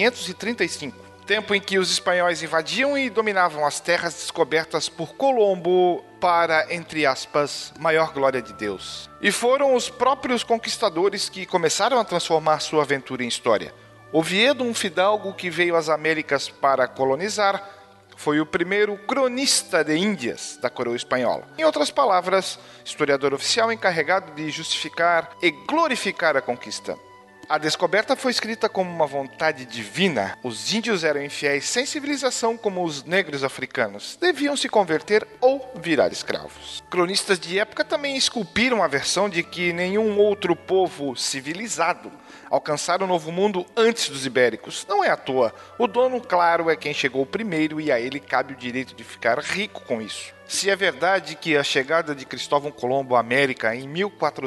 1535. Tempo em que os espanhóis invadiam e dominavam as terras descobertas por Colombo para, entre aspas, maior glória de Deus. E foram os próprios conquistadores que começaram a transformar sua aventura em história. Oviedo, um fidalgo que veio às Américas para colonizar, foi o primeiro cronista de Índias da coroa espanhola. Em outras palavras, historiador oficial encarregado de justificar e glorificar a conquista. A descoberta foi escrita como uma vontade divina. Os índios eram infiéis sem civilização como os negros africanos. Deviam se converter ou virar escravos. Cronistas de época também esculpiram a versão de que nenhum outro povo civilizado alcançara o Novo Mundo antes dos ibéricos. Não é à toa. O dono, claro, é quem chegou primeiro e a ele cabe o direito de ficar rico com isso. Se é verdade que a chegada de Cristóvão Colombo à América em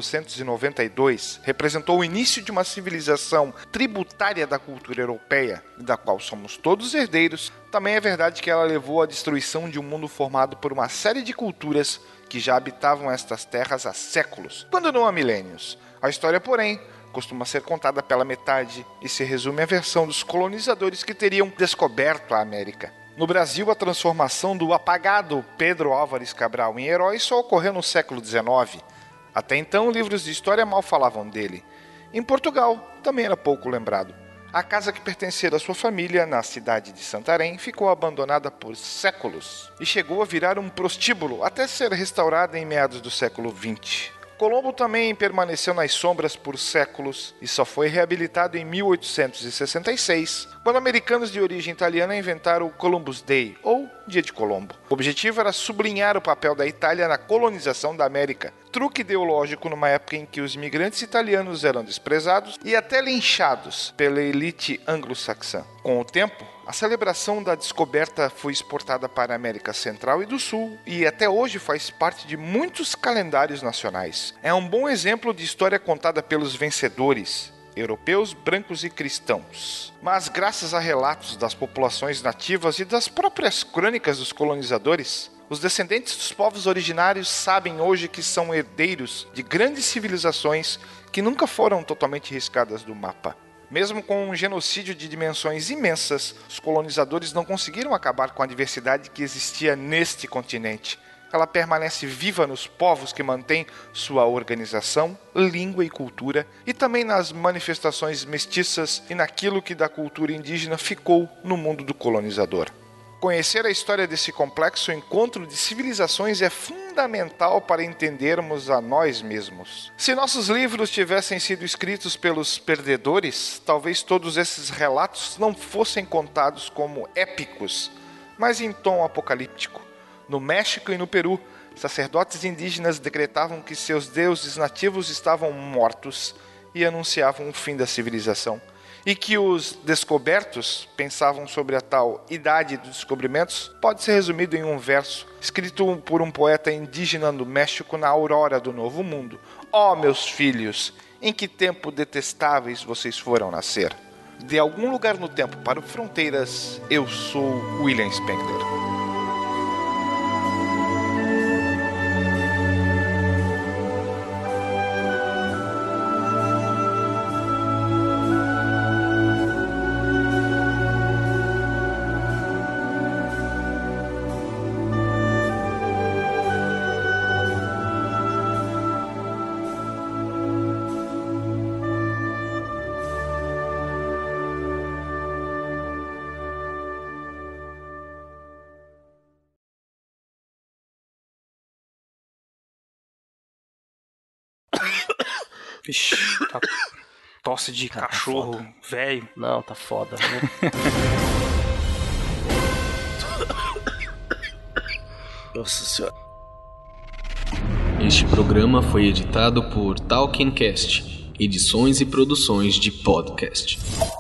1492 representou o início de uma civilização tributária da cultura europeia, da qual somos todos herdeiros, também é verdade que ela levou à destruição de um mundo formado por uma série de culturas que já habitavam estas terras há séculos, quando não há milênios. A história, porém, costuma ser contada pela metade e se resume à versão dos colonizadores que teriam descoberto a América. No Brasil, a transformação do apagado Pedro Álvares Cabral em herói só ocorreu no século XIX. Até então, livros de história mal falavam dele. Em Portugal, também era pouco lembrado. A casa que pertencia à sua família, na cidade de Santarém, ficou abandonada por séculos e chegou a virar um prostíbulo até ser restaurada em meados do século XX. Colombo também permaneceu nas sombras por séculos e só foi reabilitado em 1866, quando americanos de origem italiana inventaram o Columbus Day, ou Dia de Colombo. O objetivo era sublinhar o papel da Itália na colonização da América, truque ideológico numa época em que os imigrantes italianos eram desprezados e até linchados pela elite anglo-saxã. Com o tempo, a celebração da descoberta foi exportada para a América Central e do Sul e até hoje faz parte de muitos calendários nacionais. É um bom exemplo de história contada pelos vencedores, europeus, brancos e cristãos. Mas graças a relatos das populações nativas e das próprias crônicas dos colonizadores, os descendentes dos povos originários sabem hoje que são herdeiros de grandes civilizações que nunca foram totalmente riscadas do mapa. Mesmo com um genocídio de dimensões imensas, os colonizadores não conseguiram acabar com a diversidade que existia neste continente. Ela permanece viva nos povos que mantêm sua organização, língua e cultura, e também nas manifestações mestiças e naquilo que da cultura indígena ficou no mundo do colonizador. Conhecer a história desse complexo encontro de civilizações é fundamental para entendermos a nós mesmos. Se nossos livros tivessem sido escritos pelos perdedores, talvez todos esses relatos não fossem contados como épicos, mas em tom apocalíptico. No México e no Peru, sacerdotes indígenas decretavam que seus deuses nativos estavam mortos e anunciavam o fim da civilização. E que os descobertos pensavam sobre a tal idade dos descobrimentos pode ser resumido em um verso escrito por um poeta indígena do México na aurora do Novo Mundo. Ó, meus filhos, em que tempo detestáveis vocês foram nascer? De algum lugar no tempo para fronteiras, eu sou William Spengler. Vixe, tá tosse de cachorro velho. Não, tá foda, viu? Nossa senhora. Este programa foi editado por Talkencast, edições e produções de podcast.